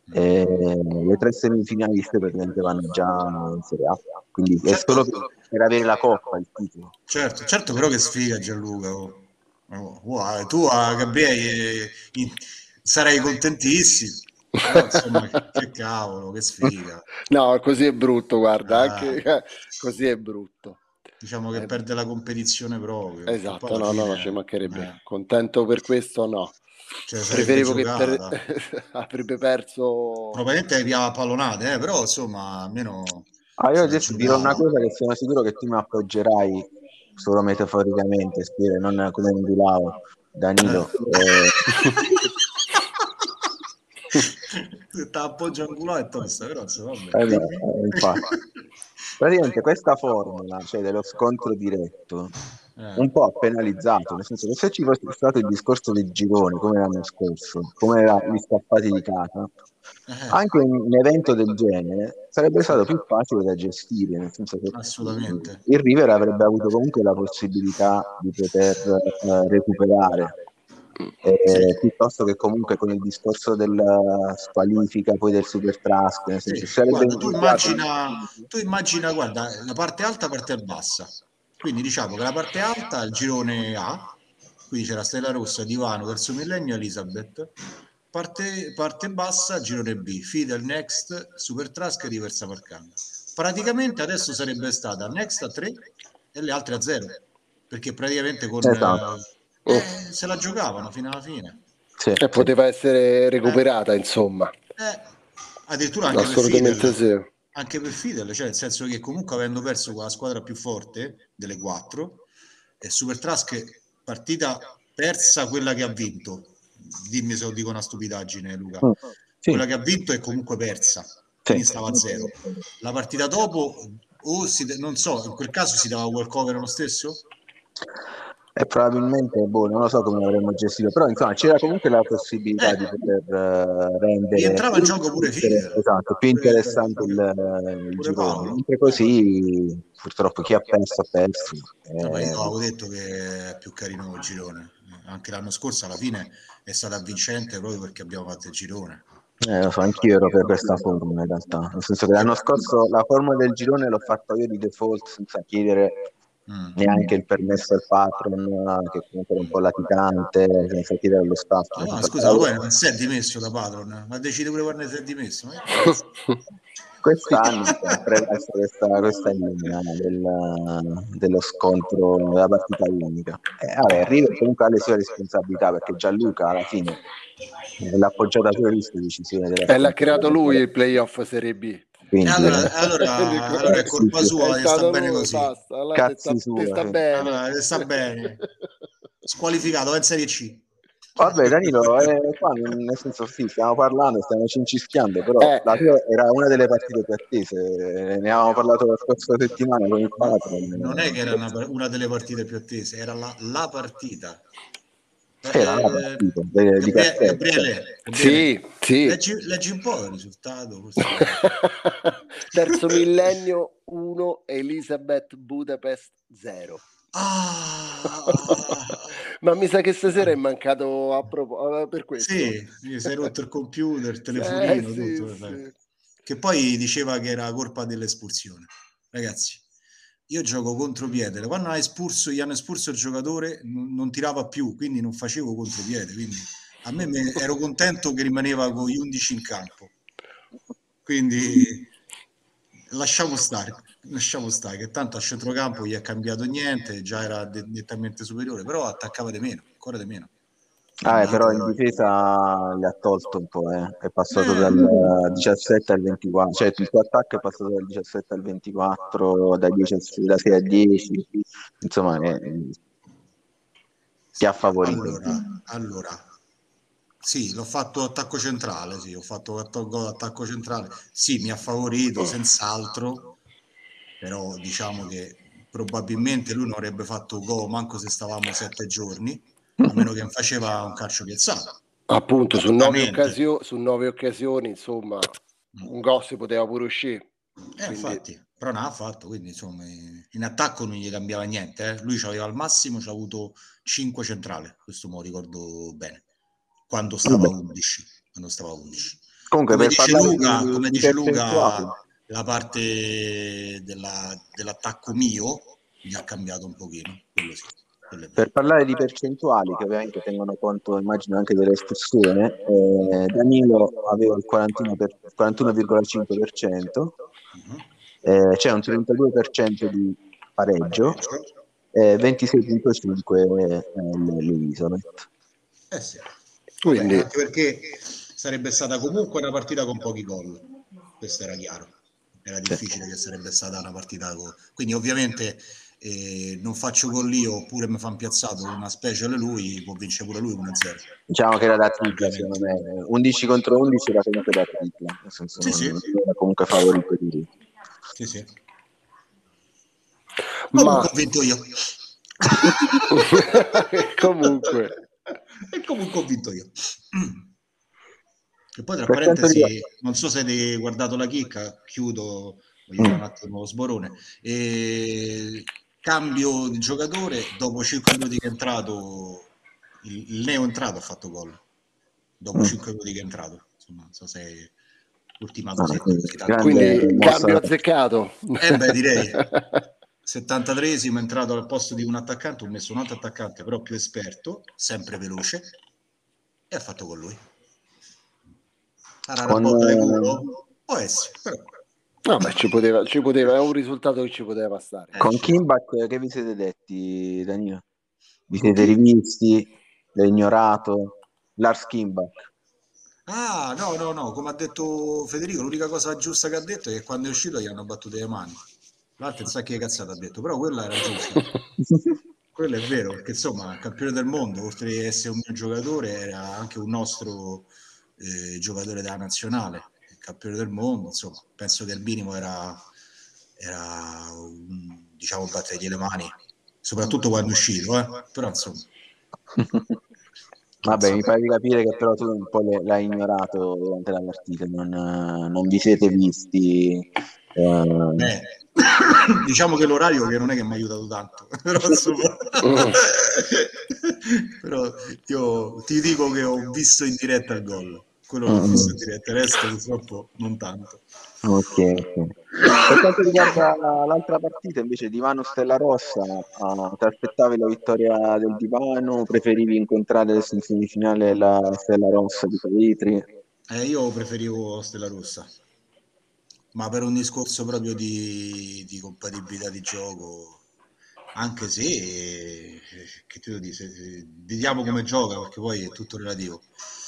e le tre semifinaliste praticamente vanno già in Serie A, quindi è Certo. solo per, per avere la coppa il titolo. Certo, certo, però che sfiga Gianluca. Oh. Oh, wow, tu a Gabriele eh, sarei contentissimo, però insomma che cavolo, che sfiga. No, così è brutto, guarda, Ah, anche così è brutto. diciamo che Eh, perde la competizione proprio, perché poi esatto, alla no, no, no, ci fine mancherebbe. eh, Contento per questo, no. cioè, sarebbe Preferivo che per... giocata. avrebbe perso. Probabilmente arrivava pallonate, eh, però insomma almeno Ah, io se la adesso dirò una giocava. cosa che sono sicuro che tu mi appoggerai solo metaforicamente, scrivere, non come un Gulao, Danilo. Eh, Se ti appoggia un culo è tosta, però insomma, vabbè, eh no, dimmi. eh, infatti. Praticamente questa formula, cioè dello scontro diretto, Eh, un po' ha penalizzato, nel senso che se ci fosse stato il discorso dei gironi, come l'anno scorso, come era gli scappati di casa, eh, anche un evento del genere sarebbe sì, stato più facile da gestire, nel senso che assolutamente. il River avrebbe avuto comunque la possibilità di poter eh, recuperare, Sì, eh, piuttosto che comunque con il discorso della squalifica, poi del super trust, nel sì. senso si sarebbe Guarda, tu iniziato. immagina, tu immagina, guarda, la parte alta, la parte bassa. Quindi diciamo che la parte alta, il girone A, quindi c'era Stella Rossa, Divano, Terzo Millennio, Elizabeth. Parte, parte bassa, girone B, Fidel, Next, Super Trask e Riversa Marcanda. Praticamente adesso sarebbe stata Next a tre e le altre a zero, perché praticamente con Esatto, eh, eh, se la giocavano fino alla fine. sì, E sì. poteva essere Eh, recuperata, insomma. eh, addirittura anche per Assolutamente Fidel, sì. anche per Fidel, cioè nel senso che comunque avendo perso con la squadra più forte delle quattro, e Super Trask partita persa quella che ha vinto, dimmi se lo dico una stupidaggine Luca, Mm, sì, quella che ha vinto è comunque persa, sì. quindi stava a zero. La partita dopo, o si, non so, in quel caso si dava walkover lo stesso? E probabilmente, boh, non lo so come avremmo gestito, però insomma c'era comunque la possibilità Eh, di poter eh, rendere rientrava in gioco pure Fidel, esatto, più pure, interessante pure, il, il pure girone. Paolo. Mentre Eh. così, purtroppo, chi ha perso ha perso. Vabbè, io Eh, avevo detto che è più carino il girone. Anche l'anno scorso alla fine è stata vincente proprio perché abbiamo fatto il girone. eh, lo so, anch'io ero per questa formula in realtà, nel senso che Che... l'anno scorso la formula del girone l'ho fatta io di default senza chiedere Mm. neanche il permesso al patron, che comunque era un po' latitante, senza chiedere allo staff. Ah, no, scusa, ma poi non si è dimesso da patron, ma decide pure quando si è dimesso. Ma che cazzo? Quest'anno è prevalsa questa, questa linea del- dello scontro della partita unica. Eh, vabbè, River comunque ha le sue responsabilità perché Gianluca alla fine eh, l'ha appoggiata pure lui questa decisione della E l'ha sconfitta. creato lui il playoff Serie B. E Quindi allora, eh, allora, allora è sì, colpa sì, È sua che sta stato bene lui, così. basta. Allora te sta, cazzi te sua. sta Sì. bene. Allora, sta bene. Squalificato, va in Serie C. Vabbè, Danilo, eh, qua nel senso sì, stiamo parlando, stiamo cincischiando, però Eh, la tua era una delle partite più attese, eh, ne avevamo parlato la scorsa settimana con il Ma patron. non è che era eh, una, una delle partite più attese, era la, la partita. Eh, C'era la eh, partita de- di Gabrie- Castello, cioè. Gabriele, Gabriele, sì, sì. leggi, leggi un po' il risultato. Forse... Terzo millennio uno, Elizabeth Budapest zero. Ah, Ma mi sa che stasera è mancato a proposito per questo. sì, gli si è rotto il computer, il Eh, telefonino, sì, tutto. sì. Che poi diceva che era colpa dell'espulsione. Ragazzi, io gioco contropiede. Quando ha espulso, gli hanno espulso il giocatore, non, non tirava più, quindi non facevo contropiede. Quindi a me, me ero contento che rimaneva con gli undici in campo. Quindi lasciamo stare, lasciamo stare, che tanto a centrocampo gli è cambiato niente, già era de- nettamente superiore, però attaccava di meno, ancora di meno. Ah, eh, Quindi però in io... difesa le ha tolto un po', eh. È passato Eh, dal diciassette al ventiquattro, cioè il tuo attacco è passato dal diciassette al ventiquattro, dai dieci, da sei a dieci, insomma, eh, ti ha favorito. allora, allora, sì, l'ho fatto attacco centrale, sì, ho fatto gol attacco centrale, sì, mi ha favorito senz'altro, però diciamo che probabilmente lui non avrebbe fatto gol manco se stavamo sette giorni, a meno che non faceva un calcio piazzato. Appunto, su nove, Assolutamente. occasio- su nove occasioni, insomma, un gol si poteva pure uscire. Eh, Quindi, infatti, però non ha fatto, quindi insomma in attacco non gli cambiava niente, eh. Lui aveva al massimo, c'ha avuto cinque centrali, questo me lo ricordo bene, quando stava Vabbè. a undici, quando stava a undici. Comunque, come per dice parlare Luca, di, come di dice percentuali, Luca, la parte della- dell'attacco mio mi ha cambiato un pochino, quello sì, quello è per vero. parlare di percentuali, che ovviamente tengono conto, immagino, anche dell'espulsione, eh, Danilo aveva il quarantuno per- quarantuno virgola cinque per cento, Mhm. eh, c'è un trentadue per cento di pareggio, Pareggio. eh, ventisei virgola cinque per cento eh, l'Elisonet. Eh sì. Vabbè, Quindi anche perché sarebbe stata comunque una partita con pochi gol, questo era chiaro, era difficile che sarebbe stata una partita con... quindi ovviamente eh, non faccio gol io oppure mi fa un piazzato una special lui, può vincere pure lui uno a zero, Diciamo che era da tripla, secondo ovviamente. me. undici contro undici era comunque da tripla, nel senso Sì, non sì, era comunque favorito di lui. sì, sì. ma Comunque ho vinto io. comunque E comunque ho vinto io. E poi tra Per quanto riguarda... parentesi, non so se hai guardato la chicca, chiudo, voglio fare un attimo lo sborone. E cambio di giocatore, dopo cinque minuti che è entrato, il, il neo entrato ha fatto gol. Dopo Mm. cinque minuti che è entrato, insomma, non so se l'ultima Ah, cosetta quindi così tanto. grande quindi mossa. cambio azzeccato. Eh beh, direi settantatreesimo è entrato al posto di un attaccante, ho messo un altro attaccante però più esperto, sempre veloce, e ha fatto con lui. Sarà una Con, botta di eh, culo? Può essere, però. Vabbè, ci poteva, ci poteva, è un risultato che ci poteva stare. Eh, con ci- Kimbach che vi siete detti, Danilo? Vi Con siete chi? rivisti? L'hai ignorato? Lars Kimbach. Ah, no, no, no, come ha detto Federico, l'unica cosa giusta che ha detto è che quando è uscito gli hanno battuto le mani. L'altro non sa che cazzata ha detto, però quella era giusta. Quello è vero, perché insomma, campione del mondo, oltre ad essere un mio giocatore, era anche un nostro eh, giocatore della nazionale, campione del mondo, insomma, penso che il minimo era, era un, diciamo, battergli le mani, soprattutto quando è uscito, eh? Però insomma, che Vabbè, mi insomma. pare di capire che però tu un po' le- l'hai ignorato durante la partita, non, eh, non vi siete visti. eh, Beh, diciamo che l'orario che non è che mi ha aiutato tanto, però insomma, però io ti dico che ho visto in diretta il gol, quello l'ho visto in mm, diretta, il resto purtroppo non tanto. ok, ok. Per quanto riguarda l'altra partita, invece, Divano Stella Rossa, ah, ti aspettavi la vittoria del Divano? Preferivi incontrare in semifinale la Stella Rossa di Cavitri? Eh, io preferivo Stella Rossa, ma per un discorso proprio di, di compatibilità di gioco, anche se, eh, che ti devo dire, se- se- vediamo come gioca, perché poi è tutto relativo.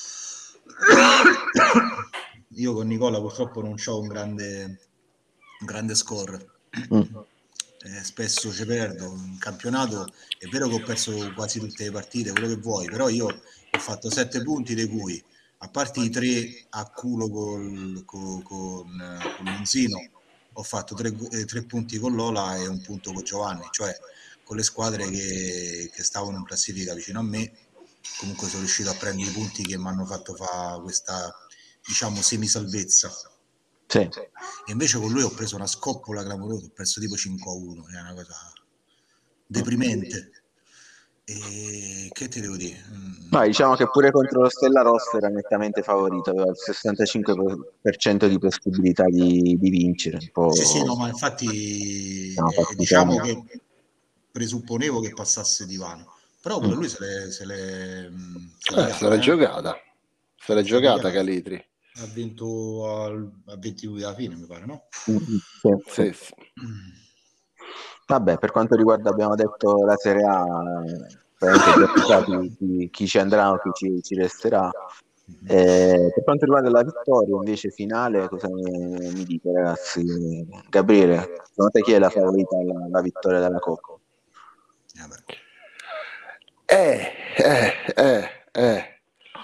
Io con Nicola purtroppo non ho un grande, un grande score. Mm. Eh, spesso ci perdo in campionato, è vero che ho perso quasi tutte le partite, quello che vuoi, però io ho fatto sette punti, dei cui a parte i tre a culo col, col, con, con Monzino, ho fatto tre, eh, tre punti con Lola e un punto con Giovanni, cioè con le squadre che, che stavano in classifica vicino a me. Comunque sono riuscito a prendere i punti che mi hanno fatto fare questa, diciamo, semisalvezza. Sì. E invece con lui ho preso una scoppola clamorosa, ho perso tipo cinque a uno, è una cosa deprimente. E che ti devo dire? Mm. Ma diciamo che pure contro lo Stella Rossa era nettamente favorito, aveva il sessantacinque per cento di possibilità di, di vincere. Un Sì, sì, po' no, ma infatti una eh, partita. diciamo che presupponevo che passasse Divano, però pure Mm. lui se l'è, se l'è, se l'è Eh, se l'è legata, eh? giocata, se l'è Se l'è giocata pigliata. Calitri. Ha vinto al, a venti minuti alla fine, mi pare, no? Mm, sì, sì. Sì, sì. Vabbè, per quanto riguarda, abbiamo detto la Serie A, eh, veramente abbiamo detto chi, chi ci andrà o chi ci, ci resterà. Eh, per quanto riguarda la vittoria invece finale, cosa mi, mi dite ragazzi? Gabriele, secondo te chi è la favorita alla, alla vittoria della Coppa? Eh, vabbè. Eh, eh, eh, eh.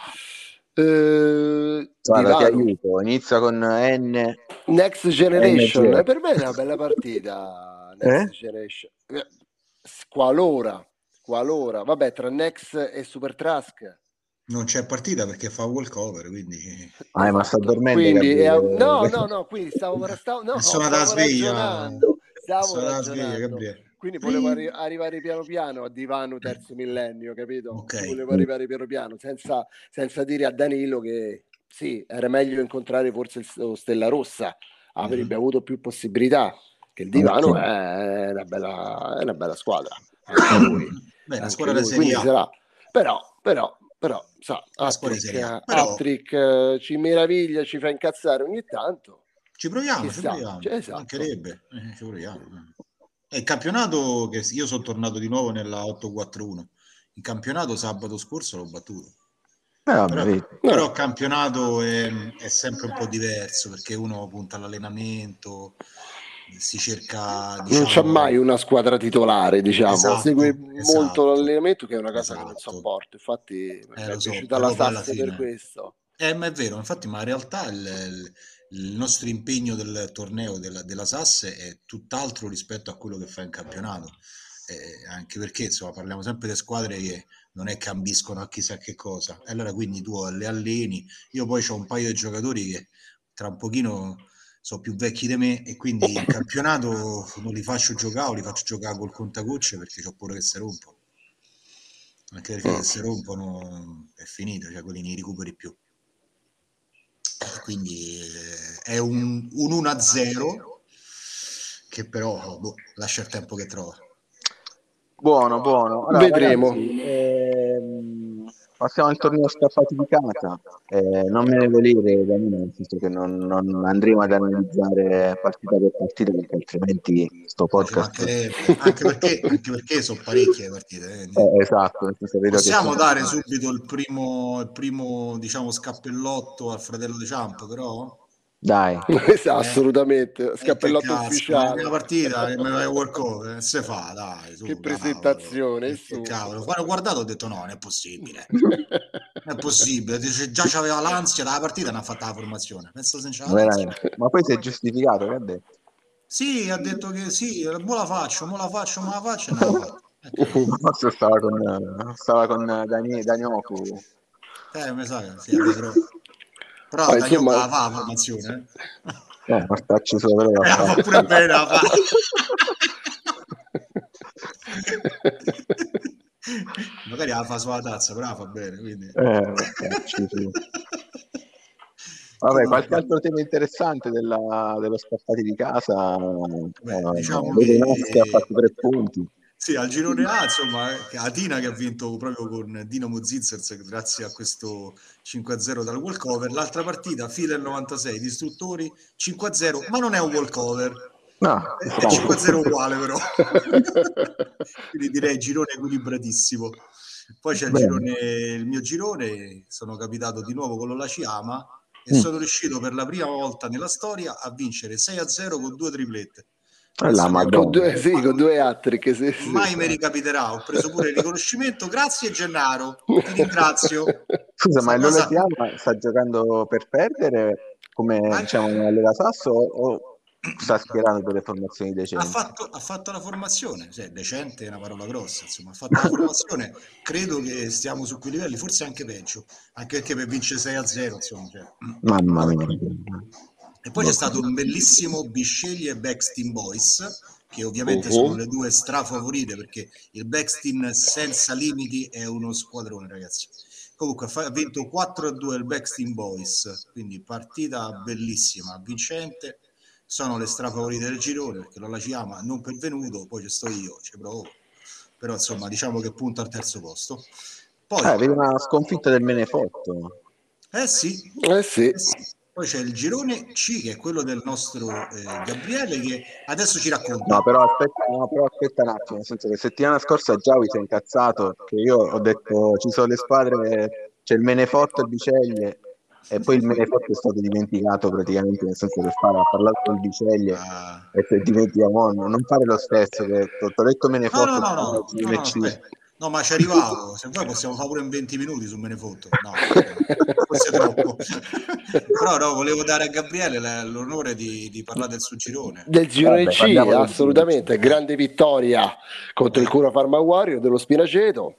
Eh, Guarda, ti Divano, aiuto, inizia con N, Next Generation, N G. e per me è una bella partita. Eh? Next Generation, Eh, qualora, qualora, vabbè, tra Next e Super Trask. Non c'è partita perché fa walkover, quindi Ah, ma sta Esatto, dormendo quindi è- no, Gabriele. no, no, quindi stavo, stavo, no, è suonata la stavo sveglia, ragionando, è stavo suonata la sveglia, ragionando, Gabriele. quindi volevo arri- arrivare piano piano a Divano terzo millennio, capito? Ok. Volevo arrivare piano piano, senza, senza dire a Danilo che sì, era meglio incontrare forse il lo Stella Rossa, avrebbe Mhm. avuto più possibilità, che il Divano è una bella, è una bella squadra, anche lui, Beh, una anche squadra di lui, Serie quindi A, sarà, però, però, però, sa, una squadra di Hattrick, Serie A, però Hattrick eh, ci meraviglia, ci fa incazzare ogni tanto, ci proviamo, ci chissà, proviamo, cioè, ci esatto. mancherebbe, eh, ci proviamo. E il campionato, che io sono tornato di nuovo nella otto quattro uno, il campionato sabato scorso l'ho battuto. Eh, vabbè, Però, vedi. però Eh. il campionato è, è sempre un po' diverso perché uno punta all'allenamento, si cerca, Non diciamo, c'è mai una squadra titolare, diciamo, esatto, segue molto esatto, l'allenamento, che è una cosa che non esatto. sopporto. Infatti Eh, mi è lo so, piaciuta la però poi alla Sass per fine, questo. eh, ma è vero, infatti, ma in realtà il, il- il nostro impegno del torneo della, della S A S è tutt'altro rispetto a quello che fa in campionato. Eh, anche perché insomma parliamo sempre di squadre che non è che ambiscono a chissà che cosa. E allora quindi tu le alleni, io poi ho un paio di giocatori che tra un pochino sono più vecchi di me e quindi in campionato non li faccio giocare o li faccio giocare col contagocce perché ho paura che si rompono. Anche perché se si rompono è finito, cioè quelli non li recuperi più. E quindi eh, è un, un uno a zero che però boh, lascia il tempo che trova. Buono, buono. Allora, Vedremo. ragazzi, ehm, passiamo al torneo scappati di casa. Eh, non me ne volere, Danilo, nel senso che non, non andremo ad analizzare partita per partita, perché altrimenti sto No, ci podcast... mancherebbe, anche perché, anche perché sono parecchie le partite. eh. Eh, esatto, nel senso vedo che Possiamo sono... dare subito il primo, il primo, diciamo, scappellotto al fratello De Ciampo, però? Dai, Esatto, Eh, assolutamente, eh, che scappellotto cazzo, ma la prima ufficiale. partita che mi fai walkover, se fa, dai, Che su, cavolo, presentazione, che, che su. cavolo. Quando ho guardato ho detto no, non è possibile, non è possibile, dice, già c'aveva l'ansia dalla partita e non ha fatto la formazione, penso se non c'aveva l'ansia. veramente. Ma poi si è giustificato, che ha detto? Sì, ha detto che sì, mo la faccio, mo la faccio, mo la faccio e non l'ha fatta. Eh, capito? Forse stava con, stava con Dani, Danioku. Eh, mi sa che sì, vabbè, però, però Ah, Daniel insomma, la fa la formazione, eh? Eh, mortacci sopra la Eh, la fa pure bene, la fa. Magari la fa sulla tazza, però la fa bene, quindi... Eh, mortacci, sì. Vabbè, qualche Comunque, altro tema interessante della- dello scappati di casa? beh, Eh, diciamo vedo Nas che ha che fatto tre punti. sì, al girone A, insomma, eh, che Atina che ha vinto proprio con Dinamo Zizers grazie a questo cinque a zero dal walkover. L'altra partita, fine del novantasei, distruttori cinque a zero, ma non è un walkover, No, è, è strano. cinque a zero uguale però. Quindi direi girone equilibratissimo. Poi c'è il Bene. girone, il mio girone, sono capitato di nuovo con l'Olaciyama e Mm. sono riuscito per la prima volta nella storia a vincere sei a zero con due triplette. La Penso che con Madonna. due, sì, con due hat-trick, sì, sì. mai mi ricapiterà. Ho preso pure il riconoscimento. Grazie Gennaro, ti ringrazio. Scusa, ma Sta il Lola cosa... Chiama sta giocando per perdere, come Ma- diciamo nella Sasso, o sta schierando delle formazioni Ha decenti? fatto, ha fatto la formazione, cioè, decente è una parola grossa, insomma, ha fatto la formazione, credo che stiamo su quei livelli, forse anche peggio, anche perché per vincere sei a zero, insomma, cioè. Mamma Vabbè. mia. E poi c'è stato un bellissimo Bisceglie e Backstein Boys, che ovviamente Uh-huh. sono le due strafavorite, perché il Backstein senza limiti è uno squadrone, ragazzi. Comunque ha vinto quattro a due il Backstein Boys, quindi partita bellissima, vincente. Sono le strafavorite del girone perché lo la Ciama non pervenuto, poi ci sto io, ci provo. Però insomma diciamo che punta al terzo posto. Poi, Eh, vedi una sconfitta del Menefotto. eh sì, Eh sì. eh sì. Poi c'è il girone C che è quello del nostro eh, Gabriele che adesso ci racconta. No, però aspetta, no, però aspetta un attimo, nel senso che settimana scorsa già vi sei incazzato, che io ho detto ci sono le squadre, c'è il Menefotto e il Biceglie, e poi il Menefotto è stato dimenticato praticamente, nel senso che fa, ha parlato del Biceglie Ah. e si è dimenticato, no, non fare lo stesso, che ti ho detto No, Menefotto no, no, e no, tu no, no, M C. aspetta. No, ma ci arrivavo. Se vuoi possiamo fare pure in venti minuti su me ne fotto. No, forse è troppo. Però no, volevo dare a Gabriele l- l'onore di, di parlare del suo girone. Del girone Vabbè, C, parliamo del assolutamente, girone C. grande vittoria contro il Eh. Cura Pharma Warrior dello Spinaceto.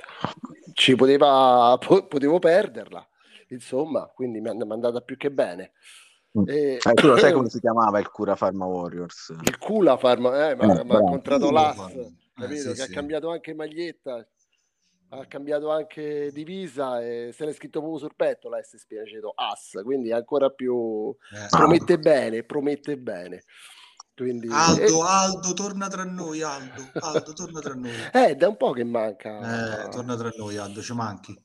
Ci poteva, po- potevo perderla, insomma, quindi mi è mi è andata più che bene. E- Eh, tu lo sai come si chiamava il Cura Pharma Warriors? il Cula Pharma, eh, ma Eh, ma ha bravo. incontrato Culo l'As, Pharma. Eh, capito? sì, Che ha sì. cambiato anche maglietta. ha cambiato anche divisa e se l'è scritto proprio sul petto la S Spinaceto As, quindi ancora più Eh. promette bene, promette bene. Quindi, Aldo, Aldo, torna tra noi, Aldo, Aldo, torna tra noi. Eh, da un po' che manca. Eh, torna tra noi, Aldo, ci manchi.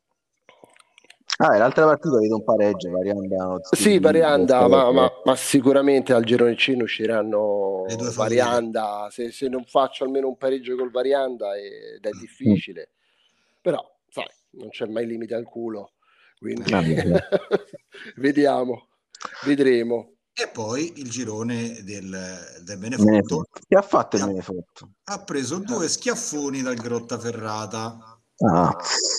Ah, l'altra partita vedo un pareggio, Varianda. Sì, Varianda, ma, ma, ma sicuramente al girone C ne usciranno Le due favorite. Varianda, se, se non faccio almeno un pareggio col Varianda ed è difficile, però sai, non c'è mai limite al culo, quindi vediamo, vedremo. E poi il girone del, del Menefotto. Che ha fatto il ha, Menefotto? Ha preso due schiaffoni dal Grottaferrata. Ah.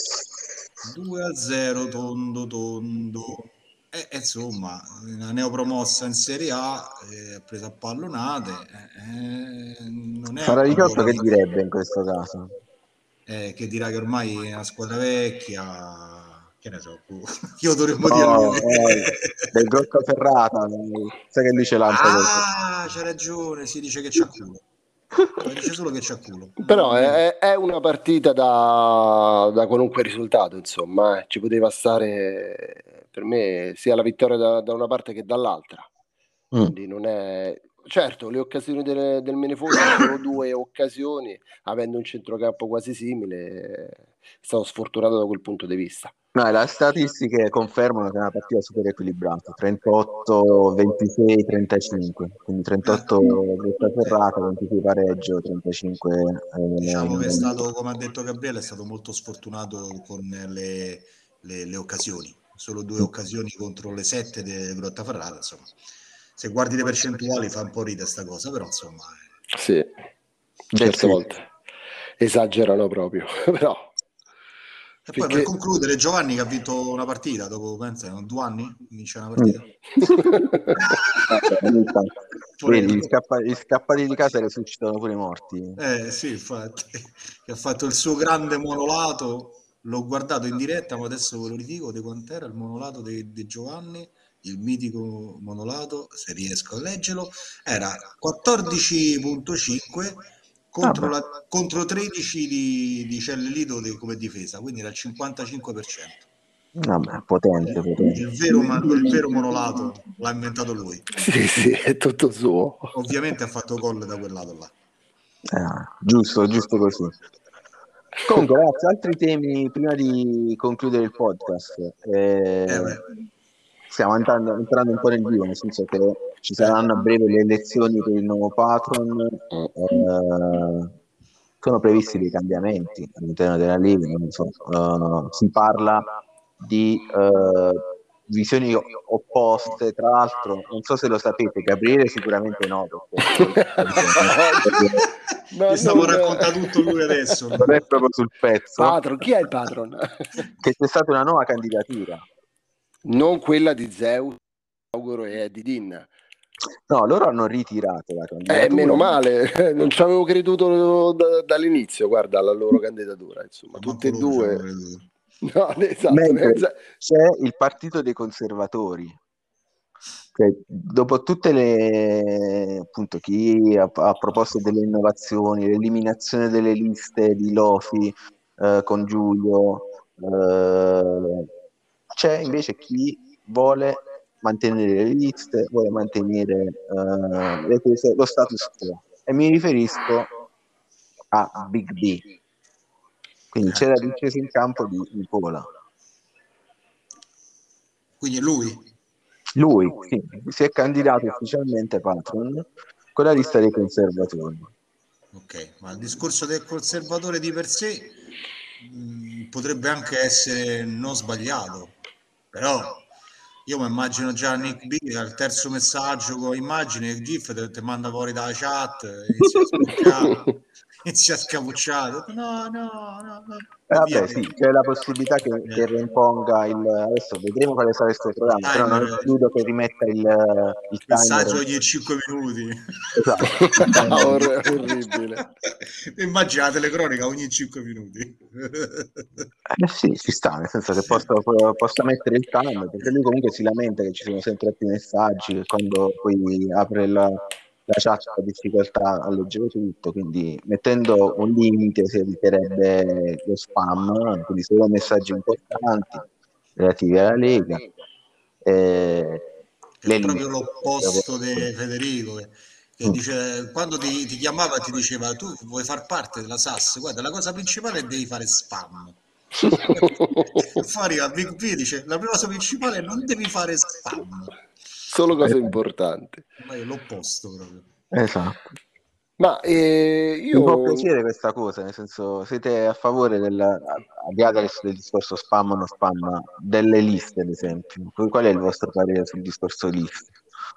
due a zero, tondo tondo. E eh, insomma, una neopromossa in Serie A, eh, presa a pallonate. Eh, non è Faradiciotto che direbbe in questo caso? Eh, che dirà che ormai è una squadra vecchia. Che ne so, io dovremmo no, dire a lui. Eh, del Grottaferrata, sai che lui ce l'ha un Ah, c'ha ragione, si dice che c'ha culo. Però dice solo che c'ha culo. Però è, è una partita da, da qualunque risultato, insomma, eh. Ci poteva stare per me sia la vittoria da, da una parte che dall'altra. Quindi mm. non è. Certo, le occasioni del, del Menefotto sono due occasioni, avendo un centrocampo quasi simile, è stato sfortunato da quel punto di vista. No, le statistiche confermano che è una partita super equilibrata, trentotto ventisei trentacinque, quindi trentotto Grottaferrata, ventisei pareggio, trentacinque eh, diciamo che è stato, come ha detto Gabriele, è stato molto sfortunato con le, le, le occasioni, solo due occasioni contro le sette del Grottaferrata, insomma. Se guardi le percentuali fa un po' ridere sta cosa, però insomma. Sì, certe sì. volte esagerano proprio, però. E poi per concludere, Giovanni che ha vinto una partita dopo, pensa, due anni vince una partita. Vedi, gli, scappa, gli scappati di casa resuscitano pure i morti. Eh sì, infatti, che ha fatto il suo grande monolato, l'ho guardato in diretta, ma adesso ve lo ridico di quant'era il monolato di, di Giovanni, il mitico monolato, se riesco a leggerlo, era quattordici virgola cinque contro, la, contro tredici di, di Cellelito di, come difesa, quindi era il cinquantacinque per cento. Vabbè, potente, potente. Il vero, il vero monolato l'ha inventato lui. Sì, sì, è tutto suo. Ovviamente ha fatto gol da quel lato là. Ah, giusto, giusto così. Comunque, ragazzi, altri temi prima di concludere il podcast. Eh, eh stiamo entrando, entrando un po' nel vivo, nel senso che ci saranno a breve le elezioni per il nuovo patron. Eh, sono previsti dei cambiamenti all'interno della Lega. Non so, uh, si parla di uh, visioni opposte, tra l'altro non so se lo sapete, Gabriele sicuramente no, ti stavo raccontando tutto lui adesso, non è proprio sul pezzo. Patron, chi è il patron? Che c'è stata una nuova candidatura, non quella di Zeus, auguro, e di Din. No, loro hanno ritirato la candidatura. Eh, meno male, non ci avevo creduto da, dall'inizio, guarda, alla loro candidatura, insomma, tutte e due. No, esatto. Mentre c'è il partito dei conservatori, che dopo tutte le, appunto, chi ha, ha proposto delle innovazioni, l'eliminazione delle liste di Lofi eh, con Giulio, eh, c'è invece chi vuole mantenere le liste, vuole mantenere uh, le cose, lo status quo, e mi riferisco a Big B. Quindi c'è la discesa in campo di Nicola. Quindi lui? Lui, sì, si è candidato ufficialmente patron con la lista dei conservatori. Ok, ma il discorso del conservatore di per sé mh, potrebbe anche essere non sbagliato, però io mi immagino già Nick B al terzo messaggio con immagine, il GIF te, te manda fuori dalla chat, inizia a spucciare, inizia a scapucciare. No, no, no, no. Eh, vabbè, sì, c'è la possibilità che, eh. che reimponga il. Adesso vedremo quale sarà il suo programma, però non escludo che rimetta il, il messaggio ogni cinque minuti. Esatto. No, orribile. Immaginate le cronache ogni cinque minuti. Eh sì, ci sta, nel senso che possa, possa mettere il timer, perché lui comunque si lamenta che ci sono sempre troppi messaggi, che quando poi apre la, la chat ha difficoltà a leggere tutto, quindi mettendo un limite si eviterebbe lo spam, quindi solo messaggi importanti relativi alla Lega. Eh, È le proprio liste, l'opposto di Federico, che, che Mm. dice, quando ti, ti chiamava ti diceva tu vuoi far parte della S A S, guarda la cosa principale è che devi fare spam. Fuori a Big P dice la prima cosa principale è non devi fare spam. Solo cose importanti. Ma è l'opposto proprio. Esatto. Ma eh, Mi può io piacere questa cosa, nel senso, siete a favore del, al di là del, del discorso spam o non spam, delle liste, ad esempio. Qual è il vostro parere sul discorso liste?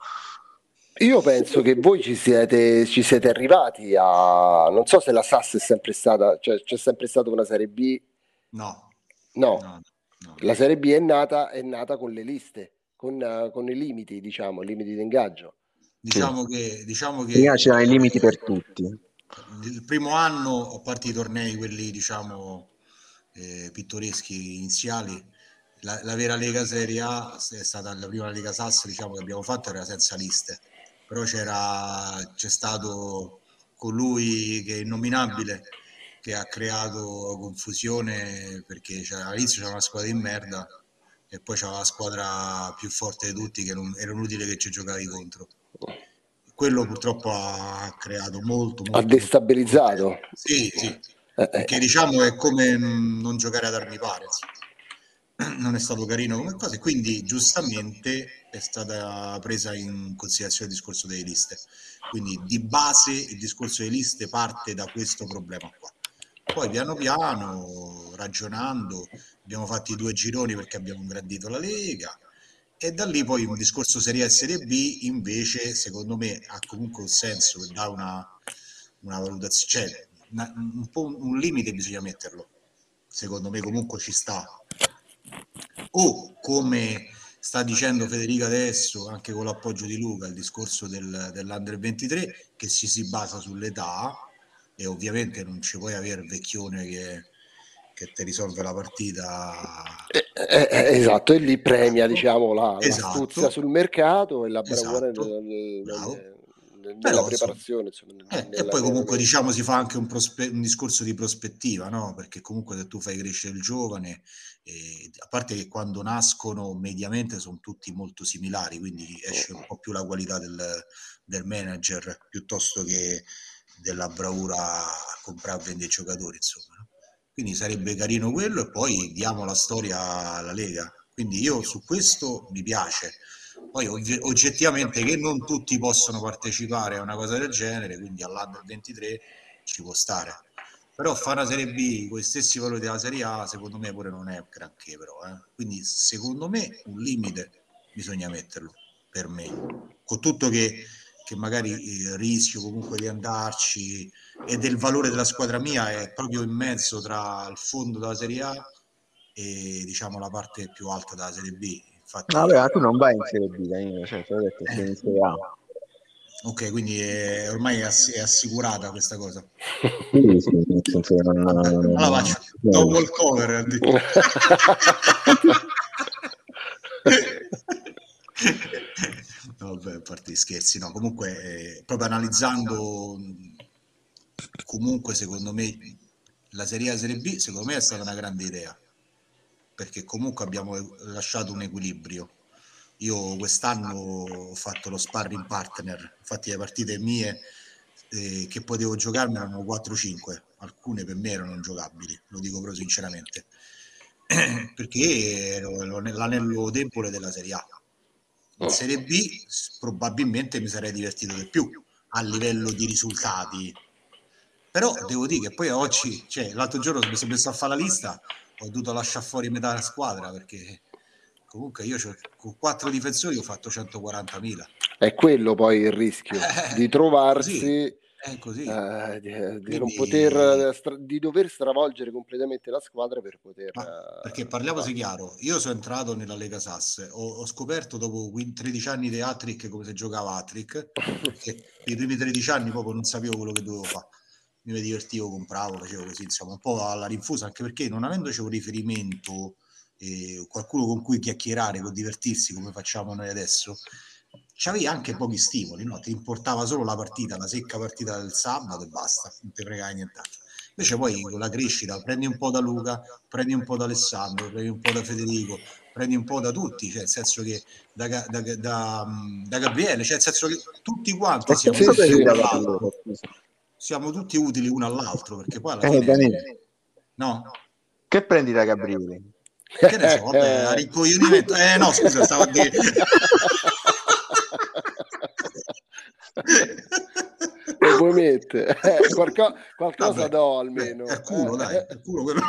Io penso che voi ci siete, ci siete arrivati a... Non so se la S A S è sempre stata... Cioè, c'è sempre stata una Serie B. No, No, no, no. la Serie B è nata, è nata con le liste, con, eh, con i limiti, diciamo, i limiti di ingaggio. Diciamo che, diciamo che Prima c'erano i limiti per tutti. il primo anno, a parte i tornei, quelli diciamo eh, pittoreschi iniziali, la, la vera Lega Serie A è stata la prima Lega S A S diciamo, che abbiamo fatto, era senza liste, però c'era, c'è stato colui che è innominabile, che ha creato confusione perché all'inizio c'era una squadra di merda e poi c'era la squadra più forte di tutti che non, era inutile che ci giocavi contro. Quello purtroppo ha creato molto, molto Ha destabilizzato. molto... Sì, sì, Eh, eh. perché diciamo è come non giocare ad armi pari, non è stato carino come cosa, e quindi giustamente è stata presa in considerazione il discorso delle liste. Quindi di base il discorso delle liste parte da questo problema qua. Poi piano piano, ragionando, abbiamo fatto i due gironi perché abbiamo ingrandito la Lega, e da lì poi un discorso Serie A e Serie B invece secondo me ha comunque un senso, che dà una, una valutazione, cioè una, un po' un, un limite bisogna metterlo, secondo me comunque ci sta. O come sta dicendo Federica adesso, anche con l'appoggio di Luca, il discorso del, dell'Under ventitré, che si, si basa sull'età, e ovviamente non ci puoi avere il vecchione che, che ti risolve la partita. Eh, eh, esatto, e lì premia diciamo la, Esatto. l'astuzia sul mercato e la bravura Esatto. nel, nel, Bravo. nel, nella Però, preparazione insomma, eh, nel, e poi comunque diciamo si fa anche un, prospe- un discorso di prospettiva, no? Perché comunque se tu fai crescere il giovane, eh, a parte che quando nascono mediamente sono tutti molto similari, quindi esce un po' più la qualità del, del manager piuttosto che della bravura a comprare e vendere giocatori, insomma, no? Quindi sarebbe carino quello, e poi diamo la storia alla Lega. Quindi io su questo mi piace. Poi og- oggettivamente che non tutti possono partecipare a una cosa del genere, quindi all'Under ventitré ci può stare. Però fare una Serie B con gli stessi valori della Serie A, secondo me pure non è un granché, però. Eh. Quindi secondo me un limite bisogna metterlo, per me. Con tutto che, che magari il rischio comunque di andarci e del valore della squadra mia è proprio in mezzo tra il fondo della Serie A e diciamo la parte più alta della Serie B. Infatti, No, vabbè, ma tu non vai in Serie B, Danilo, cioè, te l'ho detto, sei in Serie A. ok, quindi è, ormai è, ass- è assicurata questa cosa. Sì, sì, nel senso che non... Vabbè, allora faccio double cover. No, vabbè, a parte gli scherzi, no, comunque eh, proprio analizzando, comunque secondo me la Serie A e la Serie B secondo me è stata una grande idea, perché comunque abbiamo lasciato un equilibrio. Io quest'anno ho fatto lo sparring partner, infatti le partite mie eh, che potevo giocarmi erano quattro cinque, alcune per me erano ingiocabili, lo dico proprio sinceramente, perché ero l'anello debole della Serie A. In Serie B probabilmente mi sarei divertito di più a livello di risultati, però devo dire che poi oggi, cioè l'altro giorno mi sono messo a fare la lista, ho dovuto lasciare fuori metà della squadra perché comunque io con quattro difensori ho fatto centoquarantamila. È quello poi il rischio eh, di trovarsi così, è così. Eh, di, di Quindi, non poter stra- di dover stravolgere completamente la squadra per poter perché parliamoci chiaro, io sono entrato nella Lega S A S, ho, ho scoperto dopo tredici anni di Hat-Trick come si giocava Hat-Trick, perché i primi tredici anni proprio non sapevo quello che dovevo fare, mi divertivo, compravo, facevo così, insomma, un po' alla rinfusa, anche perché non avendoci un riferimento, eh, qualcuno con cui chiacchierare, con divertirsi come facciamo noi adesso, c'avevi anche pochi stimoli, no? Ti importava solo la partita, la secca partita del sabato e basta, non ti fregavi nient'altro. Invece poi con la crescita prendi un po' da Luca, prendi un po' da Alessandro, prendi un po' da Federico, prendi un po' da tutti, cioè nel senso che da, da, da, da, da Gabriele, cioè nel senso che tutti quanti E che siamo Sì, cosa utili sì. uno prendi da all'altro, Gabriele, scusa? siamo tutti utili uno all'altro, perché poi alla Eh, fine, Danilo, no? che prendi da Gabriele? Che ne so, vabbè, a rincoglionimento. Eh no, scusa, stavo a dire. Che vuoi mettere? Eh, qualco- qualcosa Vabbè, do beh, almeno. è culo, Eh. dai, è culo quello.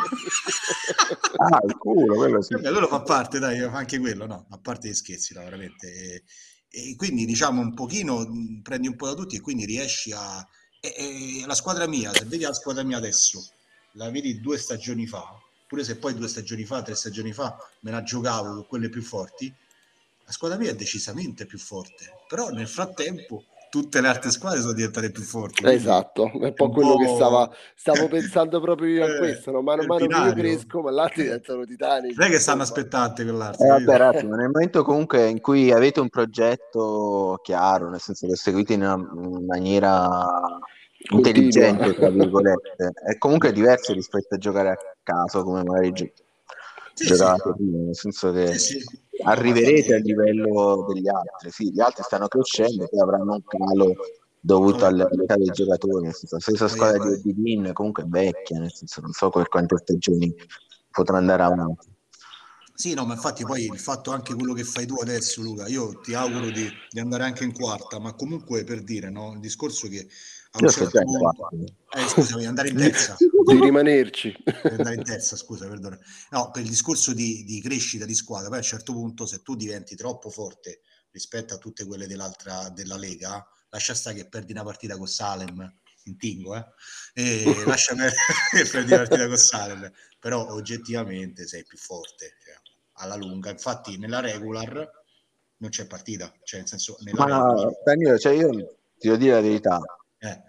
Ah, il culo, quello sì. Vabbè, quello fa parte, dai, fa anche quello, no? A parte gli scherzi, no, veramente. E, e quindi, diciamo, un pochino mh, prendi un po' da tutti e quindi riesci a... E, e la squadra mia, se vedi la squadra mia adesso, la vedi due stagioni fa, pure se poi due stagioni fa, tre stagioni fa me la giocavo con quelle più forti, la squadra mia è decisamente più forte, però nel frattempo tutte le altre squadre sono diventate più forti, quindi Esatto, è un è po' un quello che stava, po' stavo pensando proprio io a eh, questo, no? Mano è a il mano che io binario. cresco, ma l'altro Eh, diventano titanici, non è che stanno insomma. aspettante Eh, quell'altro, vabbè, capito? ragazzi, ma nel momento comunque in cui avete un progetto chiaro, nel senso che seguite in una in maniera Continua. intelligente, tra virgolette, è comunque diverso rispetto a giocare a caso come magari gio- Sì, sì, giocavate prima, nel senso che sì, sì. No, ma arriverete al infatti, livello degli altri. Sì, gli altri stanno crescendo, poi avranno un calo ha dovuto voglia, all'età dei giocatori, nel senso, la stessa ha voglia. squadra di Obidin comunque è vecchia, nel senso non so per quante stagioni potrà andare avanti. Sì, no, ma infatti poi il fatto anche quello che fai tu adesso, Luca, io ti auguro di, di andare anche in quarta, ma comunque per dire, no, il discorso che a un Io sto già certo in punto, quarto. eh, scusami, andare in Di, terza, di rimanerci. per andare in terza, scusa, perdona. No, per il discorso di, di crescita di squadra, poi a un certo punto se tu diventi troppo forte rispetto a tutte quelle dell'altra della Lega, lascia stare che perdi una partita con Salem in Tingo, eh? E lascia perdere che perdi una partita con Salem, però oggettivamente sei più forte, cioè, alla lunga. Infatti nella regular non c'è partita, cioè nel senso nella Ma regular Danilo, cioè io ti devo dire la verità, eh,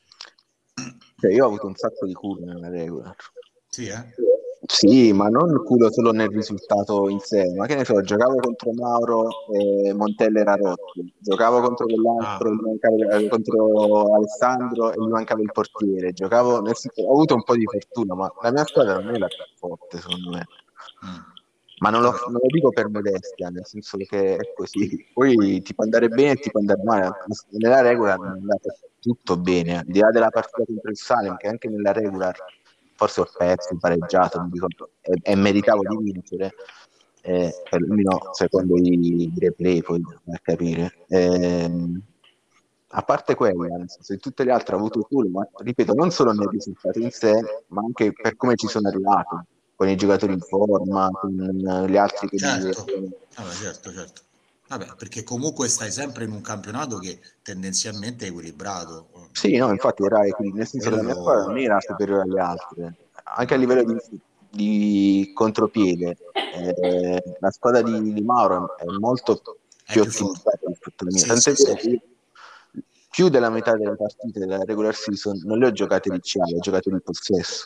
cioè io ho avuto un sacco di culo nella regular. sì, eh? Sì, ma non culo solo nel risultato in sé, ma che ne so, giocavo contro Mauro e Montella era rotto, giocavo contro Ah, quell'altro, gli mancava- eh, contro Alessandro e gli mancava il portiere, giocavo, nel senso, ho avuto un po' di fortuna, ma la mia squadra non è la più forte, secondo me. mm. Ma non lo, Vabbè, non lo dico per modestia, nel senso che è così. Poi ti può andare bene e ti può andare male. Nella regular mi è andato tutto bene, al di là della partita contro il Salem, che anche nella regular forse ho perso, pareggiato, mi ricordo, e, e meritavo di vincere, eh, almeno secondo i, i replay, poi a capire. Ehm, a parte quella, nel senso che tutte le altre ho avuto culo, ma ripeto, non solo nel risultato in sé, ma anche per come ci sono arrivato, con i giocatori in forma, con eh, gli altri che mi certo, divertono. vabbè, certo, certo. Vabbè, perché comunque stai sempre in un campionato che tendenzialmente è equilibrato. Sì, no, infatti era equilibrio, nel senso che la mia squadra non Quello era superiore alle altre, anche a livello di, di contropiede. Eh, la squadra di, di Mauro è, è molto è più più forte. ottimizzata rispetto alla mia, Sì, sì, tant'è sì. vero che io più della metà delle partite della regular season non le ho giocate di C A, le ho giocate di possesso.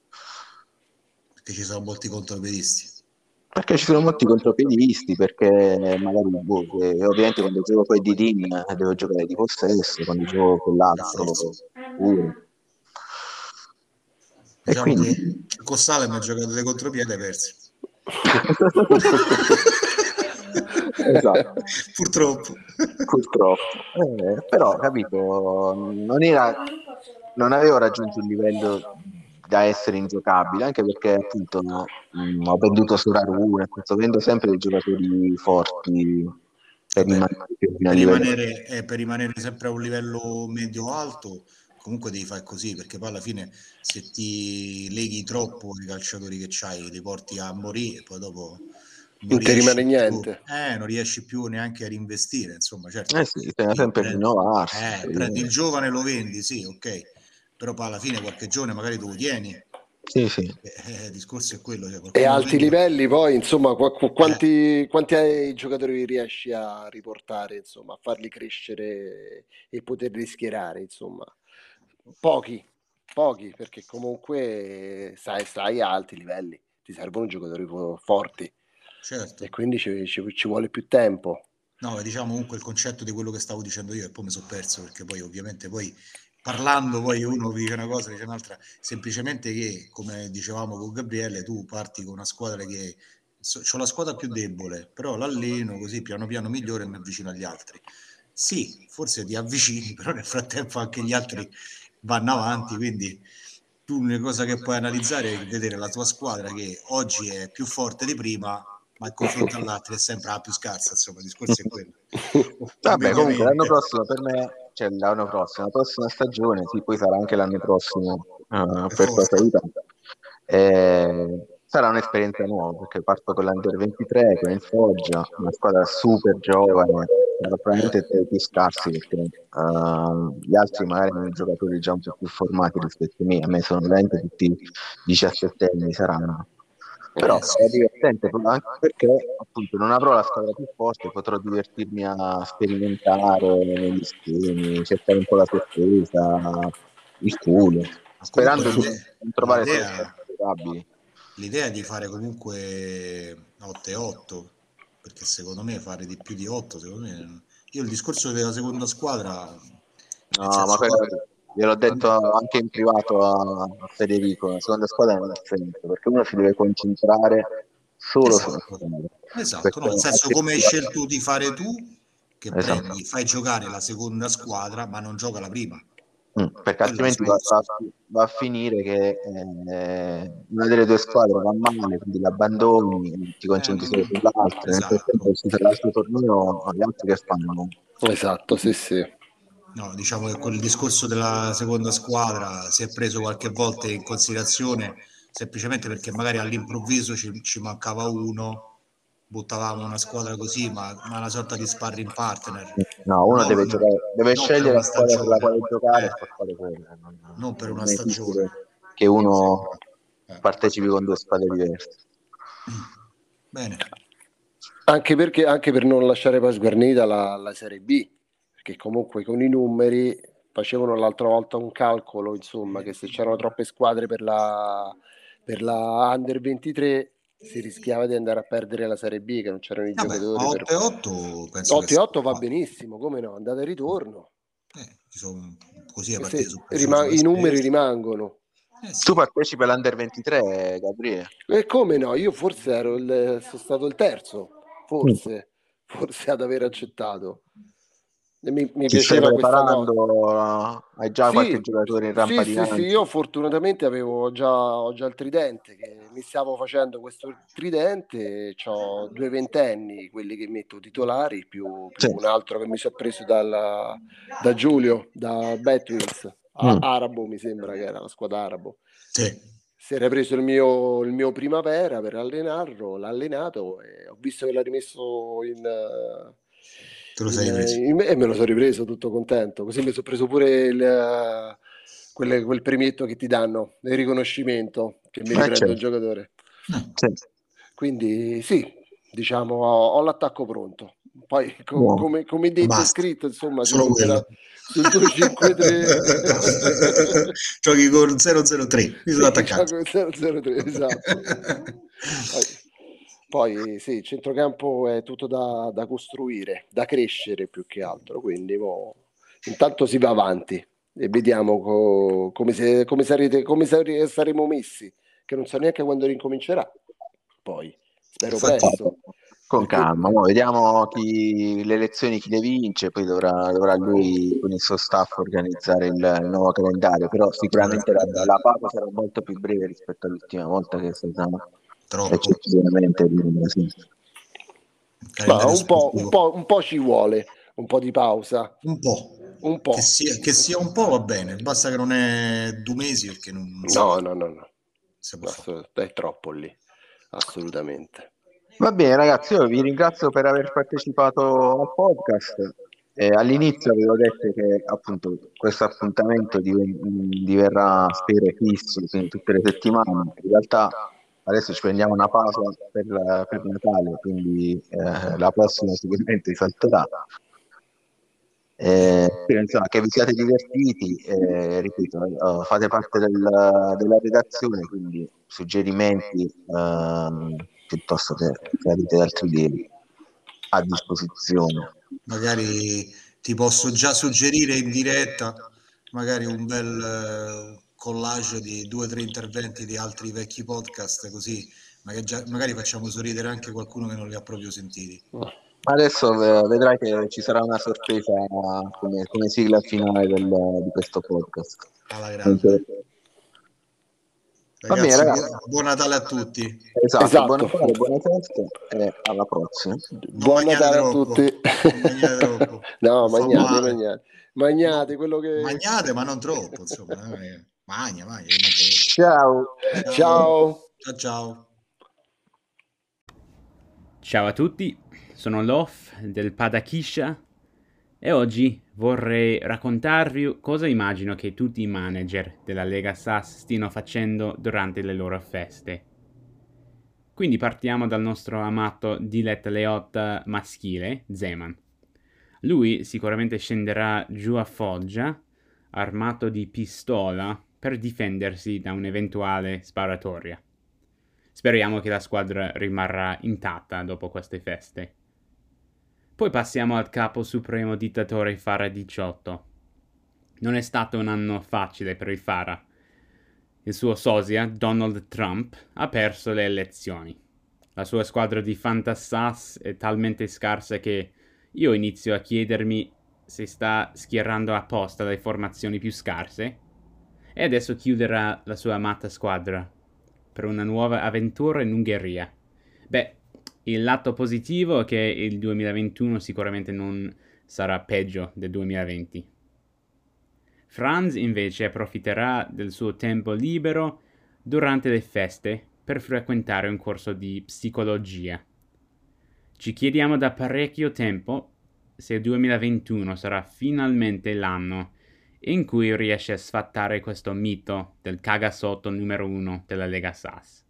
Perché ci sono molti contropiedisti. Perché ci sono molti contropiedisti, perché magari boh, eh, ovviamente quando gioco con i Didin eh, devo giocare di possesso, quando gioco con Per forza. l'altro pure. E Diciamo quindi che con Salem ha giocato dei contropiedi e hai persi. esatto, Purtroppo. purtroppo. Eh, però, capito, non era, non avevo raggiunto il livello da essere ingiocabile, anche perché appunto mh, ho venduto Soraru, sto avendo sempre dei giocatori forti per Vabbè, rimanere più fino al per livello. rimanere, eh, per rimanere sempre a un livello medio-alto, comunque devi fare così, perché poi alla fine se ti leghi troppo i calciatori che c'hai, li porti a morire e poi dopo non Non ti rimane riesci più, niente. eh, non riesci più neanche a reinvestire, insomma, certo, Eh sì, bisogna sì, sempre pre- rinnovarsi. eh, prendi il giovane e lo vendi, sì, ok, però poi alla fine qualche giovane magari tu lo tieni, Sì, sì. eh, il discorso è quello, cioè E a qualcuno lo alti vendi, livelli poi, insomma, qu- qu- eh, quanti, quanti ai giocatori riesci a riportare, insomma, a farli crescere e poterli schierare, insomma? Pochi, pochi, perché comunque sai, stai a alti livelli, ti servono giocatori fo- forti certo. e quindi ci, ci- ci vuole più tempo. No, diciamo comunque il concetto di quello che stavo dicendo io e poi mi sono perso perché poi ovviamente poi parlando poi uno dice una cosa, dice un'altra, semplicemente che come dicevamo con Gabriele tu parti con una squadra che so, c'ho la squadra più debole, però l'alleno così piano piano migliore e mi avvicino agli altri. Sì, forse ti avvicini, però nel frattempo anche gli altri vanno avanti, quindi tu l'unica cosa che puoi analizzare è vedere la tua squadra che oggi è più forte di prima, ma in confronto all'altro è sempre la più scarsa, insomma, il discorso è quello. Vabbè, comunque l'anno Ovviamente. prossimo per me, cioè l'anno prossimo, la prossima stagione, sì, poi sarà anche l'anno prossimo eh, Per per forza. Cosa Italia. Eh, sarà un'esperienza nuova perché parto con l'Under ventitré, con il Foggia, una squadra super giovane, sarà probabilmente tra i più scarsi perché eh, gli altri magari hanno giocatori già un po' più formati rispetto a me, a me sono veramente tutti diciassette anni saranno. Però Eh, sì. sarà divertente proprio anche perché appunto non avrò la squadra più forte, potrò divertirmi a sperimentare gli schemi, cercare un po' la sorpresa, il culo, Comunque sperando di l'idea, non trovare solo l'idea, squadre probabili. l'idea è di fare comunque otto e otto, perché secondo me fare di più di otto, secondo me... Io il discorso della seconda squadra, nel No, ma senso... quello gliel'ho detto anche in privato a, a Federico, la seconda squadra non ha senso, perché uno si deve concentrare solo sulla Esatto, squadra. esatto, Perché no, nel senso come hai altrimenti- scelto di fare tu, che esatto. prendi, fai giocare la seconda squadra, ma non gioca la prima. Mm, perché Quello è lo altrimenti va, discorso. va- va a finire che eh, una delle due squadre va male, quindi l'abbandoni, ti Eh, concentri solo non... sull'altra, nel frattempo Esatto. si fa l'altro torneo, gli altri che fanno? Esatto, sì, sì. No, diciamo che quel discorso della seconda squadra si è preso qualche volta in considerazione semplicemente perché magari all'improvviso ci, ci mancava uno, buttavamo una squadra così, ma, ma una sorta di sparring partner, No, uno deve non, giocare, deve non per scegliere una la squadra per la stagione, quale giocare e eh, fa fare quella. Non, non per una non esiste che, stagione. che uno Eh. partecipi con due squadre diverse. Bene. Anche perché anche per non lasciare poi sguarnita la, la Serie B, perché comunque con i numeri facevano l'altra volta un calcolo, insomma, che se c'erano troppe squadre per la, per la Under ventitré si rischiava di andare a perdere la Serie B, che non c'erano i Vabbè, giocatori ma per... otto e otto penso che otto e sia otto va fatto. benissimo, come no, andata e ritorno. Eh, ci sono, così le Se partite sono piaciute, rima- le I numeri spese. rimangono. Eh Tu sì. partecipi all'Under ventitré, Gabriele? E come no, io forse ero il, sono stato il terzo, Mm. forse, forse ad aver accettato. E mi, mi Ti stai piaceva questa cosa. preparando? Hai già qualche Sì, giocatore in rampa sì, sì, sì, dinanzi? io fortunatamente avevo già, ho già il tridente, che mi stavo facendo questo tridente, ho due ventenni, quelli che metto titolari, più, più Sì. un altro che mi sono preso dalla, da Giulio, da Betwins, a- Mm. Arabo mi sembra che era la squadra Arabo. Sì. Si era preso il mio, il mio primavera per allenarlo, l'ha allenato e ho visto che l'ha rimesso in, eh, Te lo in- sei preso. in- e me lo sono ripreso tutto contento. Così mi sono preso pure il, eh, quelle- quel premietto che ti danno, il riconoscimento che mi Eh, riprendo un certo. giocatore. No. Sì. Quindi sì, diciamo, ho, ho l'attacco pronto. Poi, co- Buono. come, come detto e Basta. scritto, insomma, si Solo punterà quello. sul due cinque tre. Giochi con zero zero tre, mi sono Sì, attaccato. gioco zero zero tre, esatto. Poi, poi sì, il centrocampo è tutto da, da costruire, da crescere più che altro, quindi mo, intanto si va avanti e vediamo co- come, se, come, sarete, come sare- saremo messi, che non so neanche quando rincomincerà, poi spero Infatti, presto, Con perché calma, mo vediamo chi, le elezioni chi le vince, poi dovrà, dovrà lui con il suo staff organizzare il, il nuovo calendario, però trovare il sicuramente la, calendario. la pausa sarà molto più breve rispetto all'ultima volta che è stata Troppo. eccessivamente lunga. Sì. Il ma calendario un po', un, sportivo. po', un po' ci vuole, un po' di pausa, Un po'. un Che po'. sia, che sia un po' va bene, basta che non è due mesi perché non, non si può, No, no, no, no, si può fare. Assolut- è troppo lì, assolutamente. Va bene ragazzi, io vi ringrazio per aver partecipato al podcast. Eh, all'inizio avevo detto che appunto questo appuntamento diven- diverrà spero fisso, quindi tutte le settimane. In realtà adesso ci prendiamo una pausa per, per Natale, quindi eh, la prossima sicuramente salterà. Eh, spero, insomma, che vi siate divertiti, eh, ripeto, eh, fate parte del- della redazione, quindi suggerimenti ehm, piuttosto che, che avete altri idee. a disposizione. Magari ti posso già suggerire in diretta magari un bel eh, collage di due o tre interventi di altri vecchi podcast, così magari, già, magari facciamo sorridere anche qualcuno che non li ha proprio sentiti. Adesso eh, vedrai che ci sarà una sorpresa come, come sigla finale del, di questo podcast. Alla grande. Va Ragazzi, bene, buon, ragazzi. buon Natale a tutti. Esatto, Esatto. buon Natale, buone feste e alla prossima. Buon Natale a troppo, tutti. non mangiate troppo. No, Fa magnate, male. magnate. Magnate quello che... Magnate, ma non troppo, insomma. eh. Magna, magna. che manca- Ciao. Ciao. Ciao, ciao. Ciao a tutti, sono Lof del Padakisha e oggi vorrei raccontarvi cosa immagino che tutti i manager della Lega S A S stiano facendo durante le loro feste. Quindi partiamo dal nostro amato Dilet Leotta maschile, Zeman. Lui sicuramente scenderà giù a Foggia, armato di pistola, per difendersi da un'eventuale sparatoria. Speriamo che la squadra rimarrà intatta dopo queste feste. Poi passiamo al capo supremo dittatore Fara diciotto. Non è stato un anno facile per il Fara. Il suo sosia, Donald Trump, ha perso le elezioni. La sua squadra di Fantasas è talmente scarsa che io inizio a chiedermi se sta schierando apposta le formazioni più scarse e adesso chiuderà la sua amata squadra per una nuova avventura in Ungheria. Beh, il lato positivo è che il duemilaventuno sicuramente non sarà peggio del duemilaventi. Franz invece approfitterà del suo tempo libero durante le feste per frequentare un corso di psicologia. Ci chiediamo da parecchio tempo se il duemilaventuno sarà finalmente l'anno in cui riesce a sfatare questo mito del cagasotto numero uno della Lega S A S.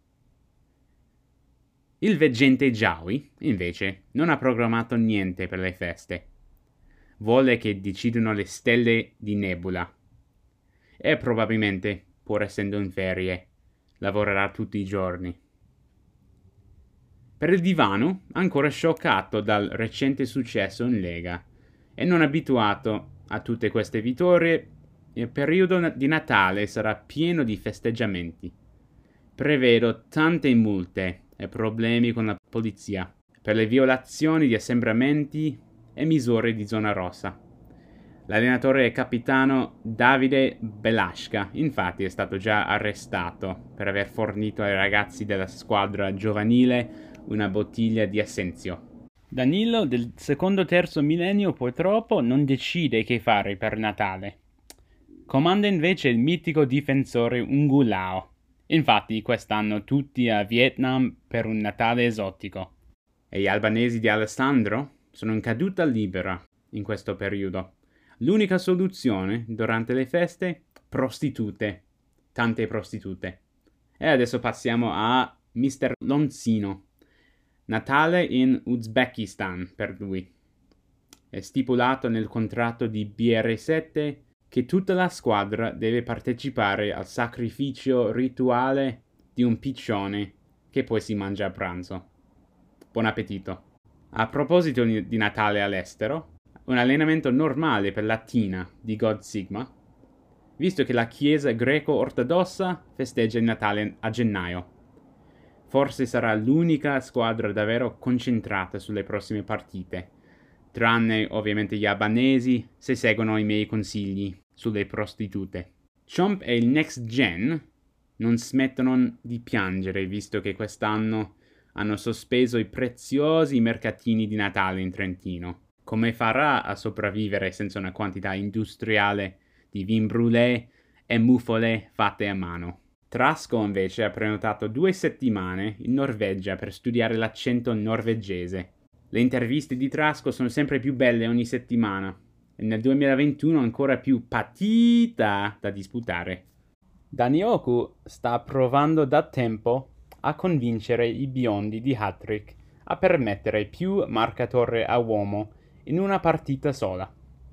Il veggente Jaui, invece, non ha programmato niente per le feste. Vuole che decidano le stelle di Nebula. E probabilmente, pur essendo in ferie, lavorerà tutti i giorni. Per il divano, ancora scioccato dal recente successo in Lega e non abituato a tutte queste vittorie, il periodo di Natale sarà pieno di festeggiamenti. Prevedo tante multe e problemi con la polizia per le violazioni di assembramenti e misure di zona rossa. L'allenatore e capitano Davide Belasca, infatti, è stato già arrestato per aver fornito ai ragazzi della squadra giovanile una bottiglia di Assenzio. Danilo del secondo terzo millennio purtroppo non decide che fare per Natale. Comanda invece il mitico difensore Ungulao. Infatti quest'anno tutti a Vietnam per un Natale esotico. E gli albanesi di Alessandro sono in caduta libera in questo periodo. L'unica soluzione durante le feste? Prostitute. Tante prostitute. E adesso passiamo a mister Lonzino. Natale in Uzbekistan per lui. È stipulato nel contratto di B R sette che tutta la squadra deve partecipare al sacrificio rituale di un piccione che poi si mangia a pranzo. Buon appetito. A proposito di Natale all'estero, un allenamento normale per Latina di God Sigma, visto che la chiesa greco-ortodossa festeggia il Natale a gennaio. Forse sarà l'unica squadra davvero concentrata sulle prossime partite, tranne ovviamente gli albanesi se seguono i miei consigli sulle prostitute. Chomp e il Next Gen non smettono di piangere visto che quest'anno hanno sospeso i preziosi mercatini di Natale in Trentino. Come farà a sopravvivere senza una quantità industriale di vin brûlé e mufole fatte a mano? Trasco invece ha prenotato due settimane in Norvegia per studiare l'accento norvegese. Le interviste di Trasco sono sempre più belle ogni settimana e nel duemilaventuno ancora più patita da disputare. Danioku sta provando da tempo a convincere i biondi di Hattrick a permettere più marcatore a uomo in una partita sola.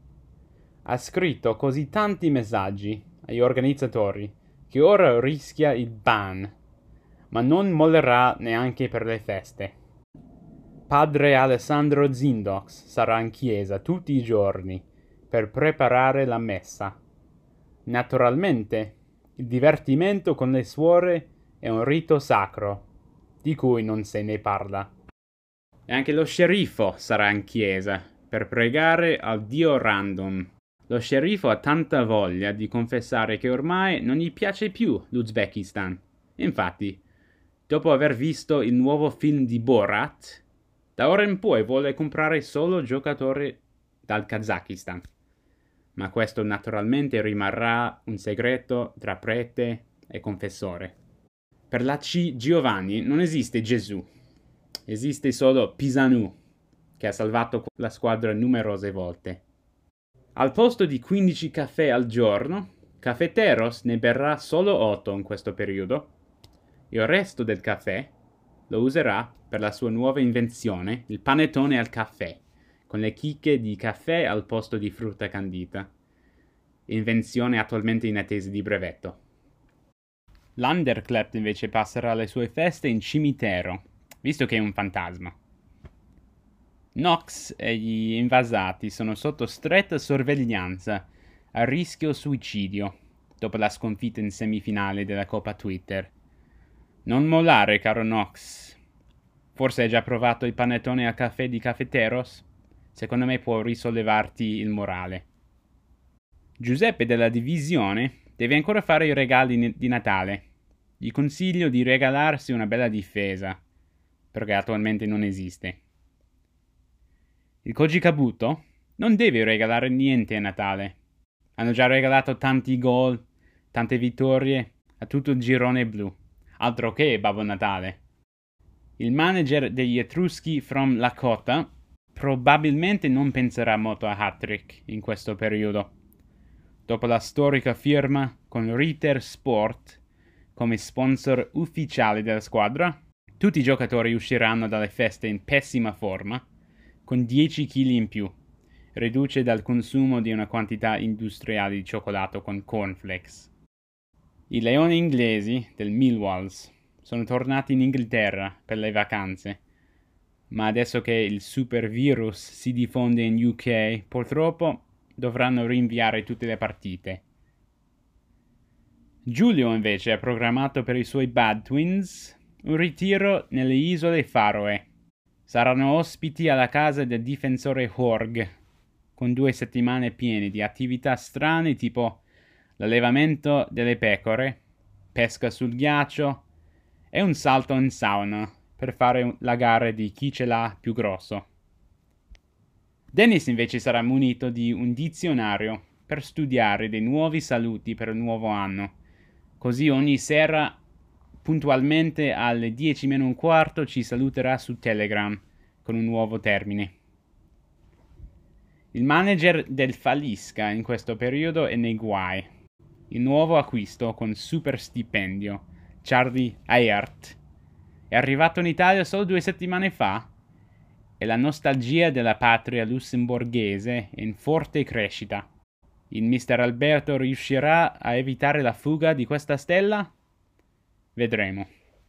Ha scritto così tanti messaggi agli organizzatori che ora rischia il ban, ma non mollerà neanche per le feste. Padre Alessandro Zindox sarà in chiesa tutti i giorni per preparare la messa. Naturalmente, il divertimento con le suore è un rito sacro, di cui non se ne parla. E anche lo sceriffo sarà in chiesa per pregare al dio random. Lo sceriffo ha tanta voglia di confessare che ormai non gli piace più l'Uzbekistan. Infatti, dopo aver visto il nuovo film di Borat, da ora in poi vuole comprare solo giocatori dal Kazakistan. Ma questo naturalmente rimarrà un segreto tra prete e confessore. Per la C. Giovanni non esiste Gesù, esiste solo Pisanu, che ha salvato la squadra numerose volte. Al posto di quindici caffè al giorno, Cafeteros ne berrà solo otto in questo periodo. Il resto del caffè lo userà per la sua nuova invenzione, il panettone al caffè, con le chicche di caffè al posto di frutta candita. Invenzione attualmente in attesa di brevetto. L'Underklept invece passerà le sue feste in cimitero, visto che è un fantasma. Nox e gli invasati sono sotto stretta sorveglianza, a rischio suicidio, dopo la sconfitta in semifinale della Coppa Twitter. Non mollare, caro Nox. Forse hai già provato il panettone al caffè di Cafeteros? Secondo me può risollevarti il morale. Giuseppe della divisione deve ancora fare i regali di Natale. Gli consiglio di regalarsi una bella difesa, perché attualmente non esiste. Il Koji Kabuto non deve regalare niente a Natale. Hanno già regalato tanti gol, tante vittorie a tutto il girone blu. Altro che Babbo Natale. Il manager degli Etruschi from Lakota probabilmente non penserà molto a hat-trick in questo periodo. Dopo la storica firma con Ritter Sport come sponsor ufficiale della squadra, tutti i giocatori usciranno dalle feste in pessima forma, con dieci chili in più, riduce dal consumo di una quantità industriale di cioccolato con cornflakes. I leoni inglesi del Millwalls sono tornati in Inghilterra per le vacanze, ma adesso che il super virus si diffonde in U K, purtroppo dovranno rinviare tutte le partite. Giulio invece ha programmato per i suoi Bad Twins un ritiro nelle isole Faroe. Saranno ospiti alla casa del difensore Horg, con due settimane piene di attività strane tipo l'allevamento delle pecore, pesca sul ghiaccio e un salto in sauna per fare la gara di chi ce l'ha più grosso. Dennis invece sarà munito di un dizionario per studiare dei nuovi saluti per il nuovo anno. Così ogni sera, puntualmente alle dieci meno un quarto, ci saluterà su Telegram con un nuovo termine. Il manager del Falisca in questo periodo è nei guai. Il nuovo acquisto con super stipendio, Charlie Ayart, è arrivato in Italia solo due settimane fa e la nostalgia della patria lussemburghese è in forte crescita. Il mister Alberto riuscirà a evitare la fuga di questa stella? Vedremo.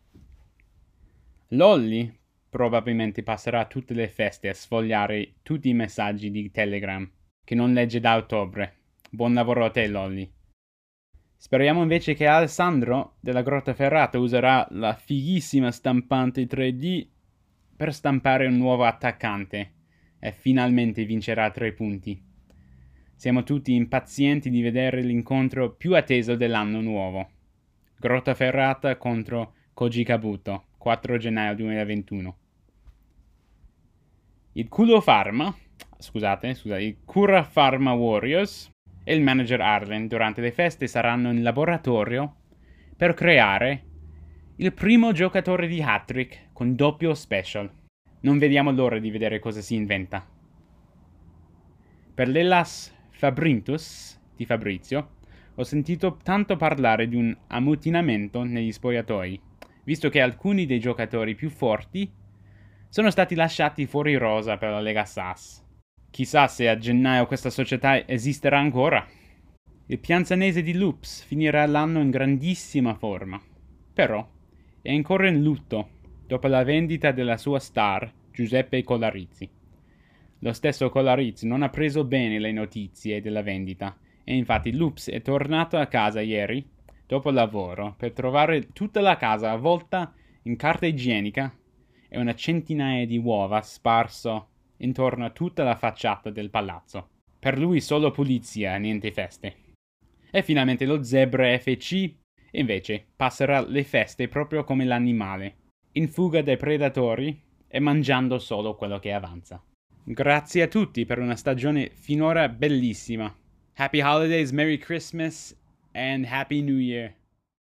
Lolli probabilmente passerà tutte le feste a sfogliare tutti i messaggi di Telegram che non legge da ottobre. Buon lavoro a te, Lolli. Speriamo invece che Alessandro della Grottaferrata userà la fighissima stampante tre D per stampare un nuovo attaccante e finalmente vincerà tre punti. Siamo tutti impazienti di vedere l'incontro più atteso dell'anno nuovo. Grottaferrata contro Koji Kabuto, quattro gennaio duemilaventuno. Il Culo Pharma, scusate, scusate, il Cura Pharma Warriors e il manager Arlen durante le feste saranno in laboratorio per creare il primo giocatore di hat-trick con doppio special. Non vediamo l'ora di vedere cosa si inventa. Per l'Hellas Fabrintus di Fabrizio ho sentito tanto parlare di un ammutinamento negli spogliatoi, visto che alcuni dei giocatori più forti sono stati lasciati fuori rosa per la Lega S A S. Chissà se a gennaio questa società esisterà ancora. Il pianzanese di Loops finirà l'anno in grandissima forma, però è ancora in lutto dopo la vendita della sua star Giuseppe Colarizzi. Lo stesso Colarizzi non ha preso bene le notizie della vendita e infatti Loops è tornato a casa ieri, dopo il lavoro, per trovare tutta la casa avvolta in carta igienica e una centinaia di uova sparso intorno a tutta la facciata del palazzo. Per lui solo pulizia, niente feste. E finalmente lo Zebra F C invece passerà le feste proprio come l'animale, in fuga dai predatori e mangiando solo quello che avanza. Grazie a tutti per una stagione finora bellissima. Happy Holidays, Merry Christmas and Happy New Year.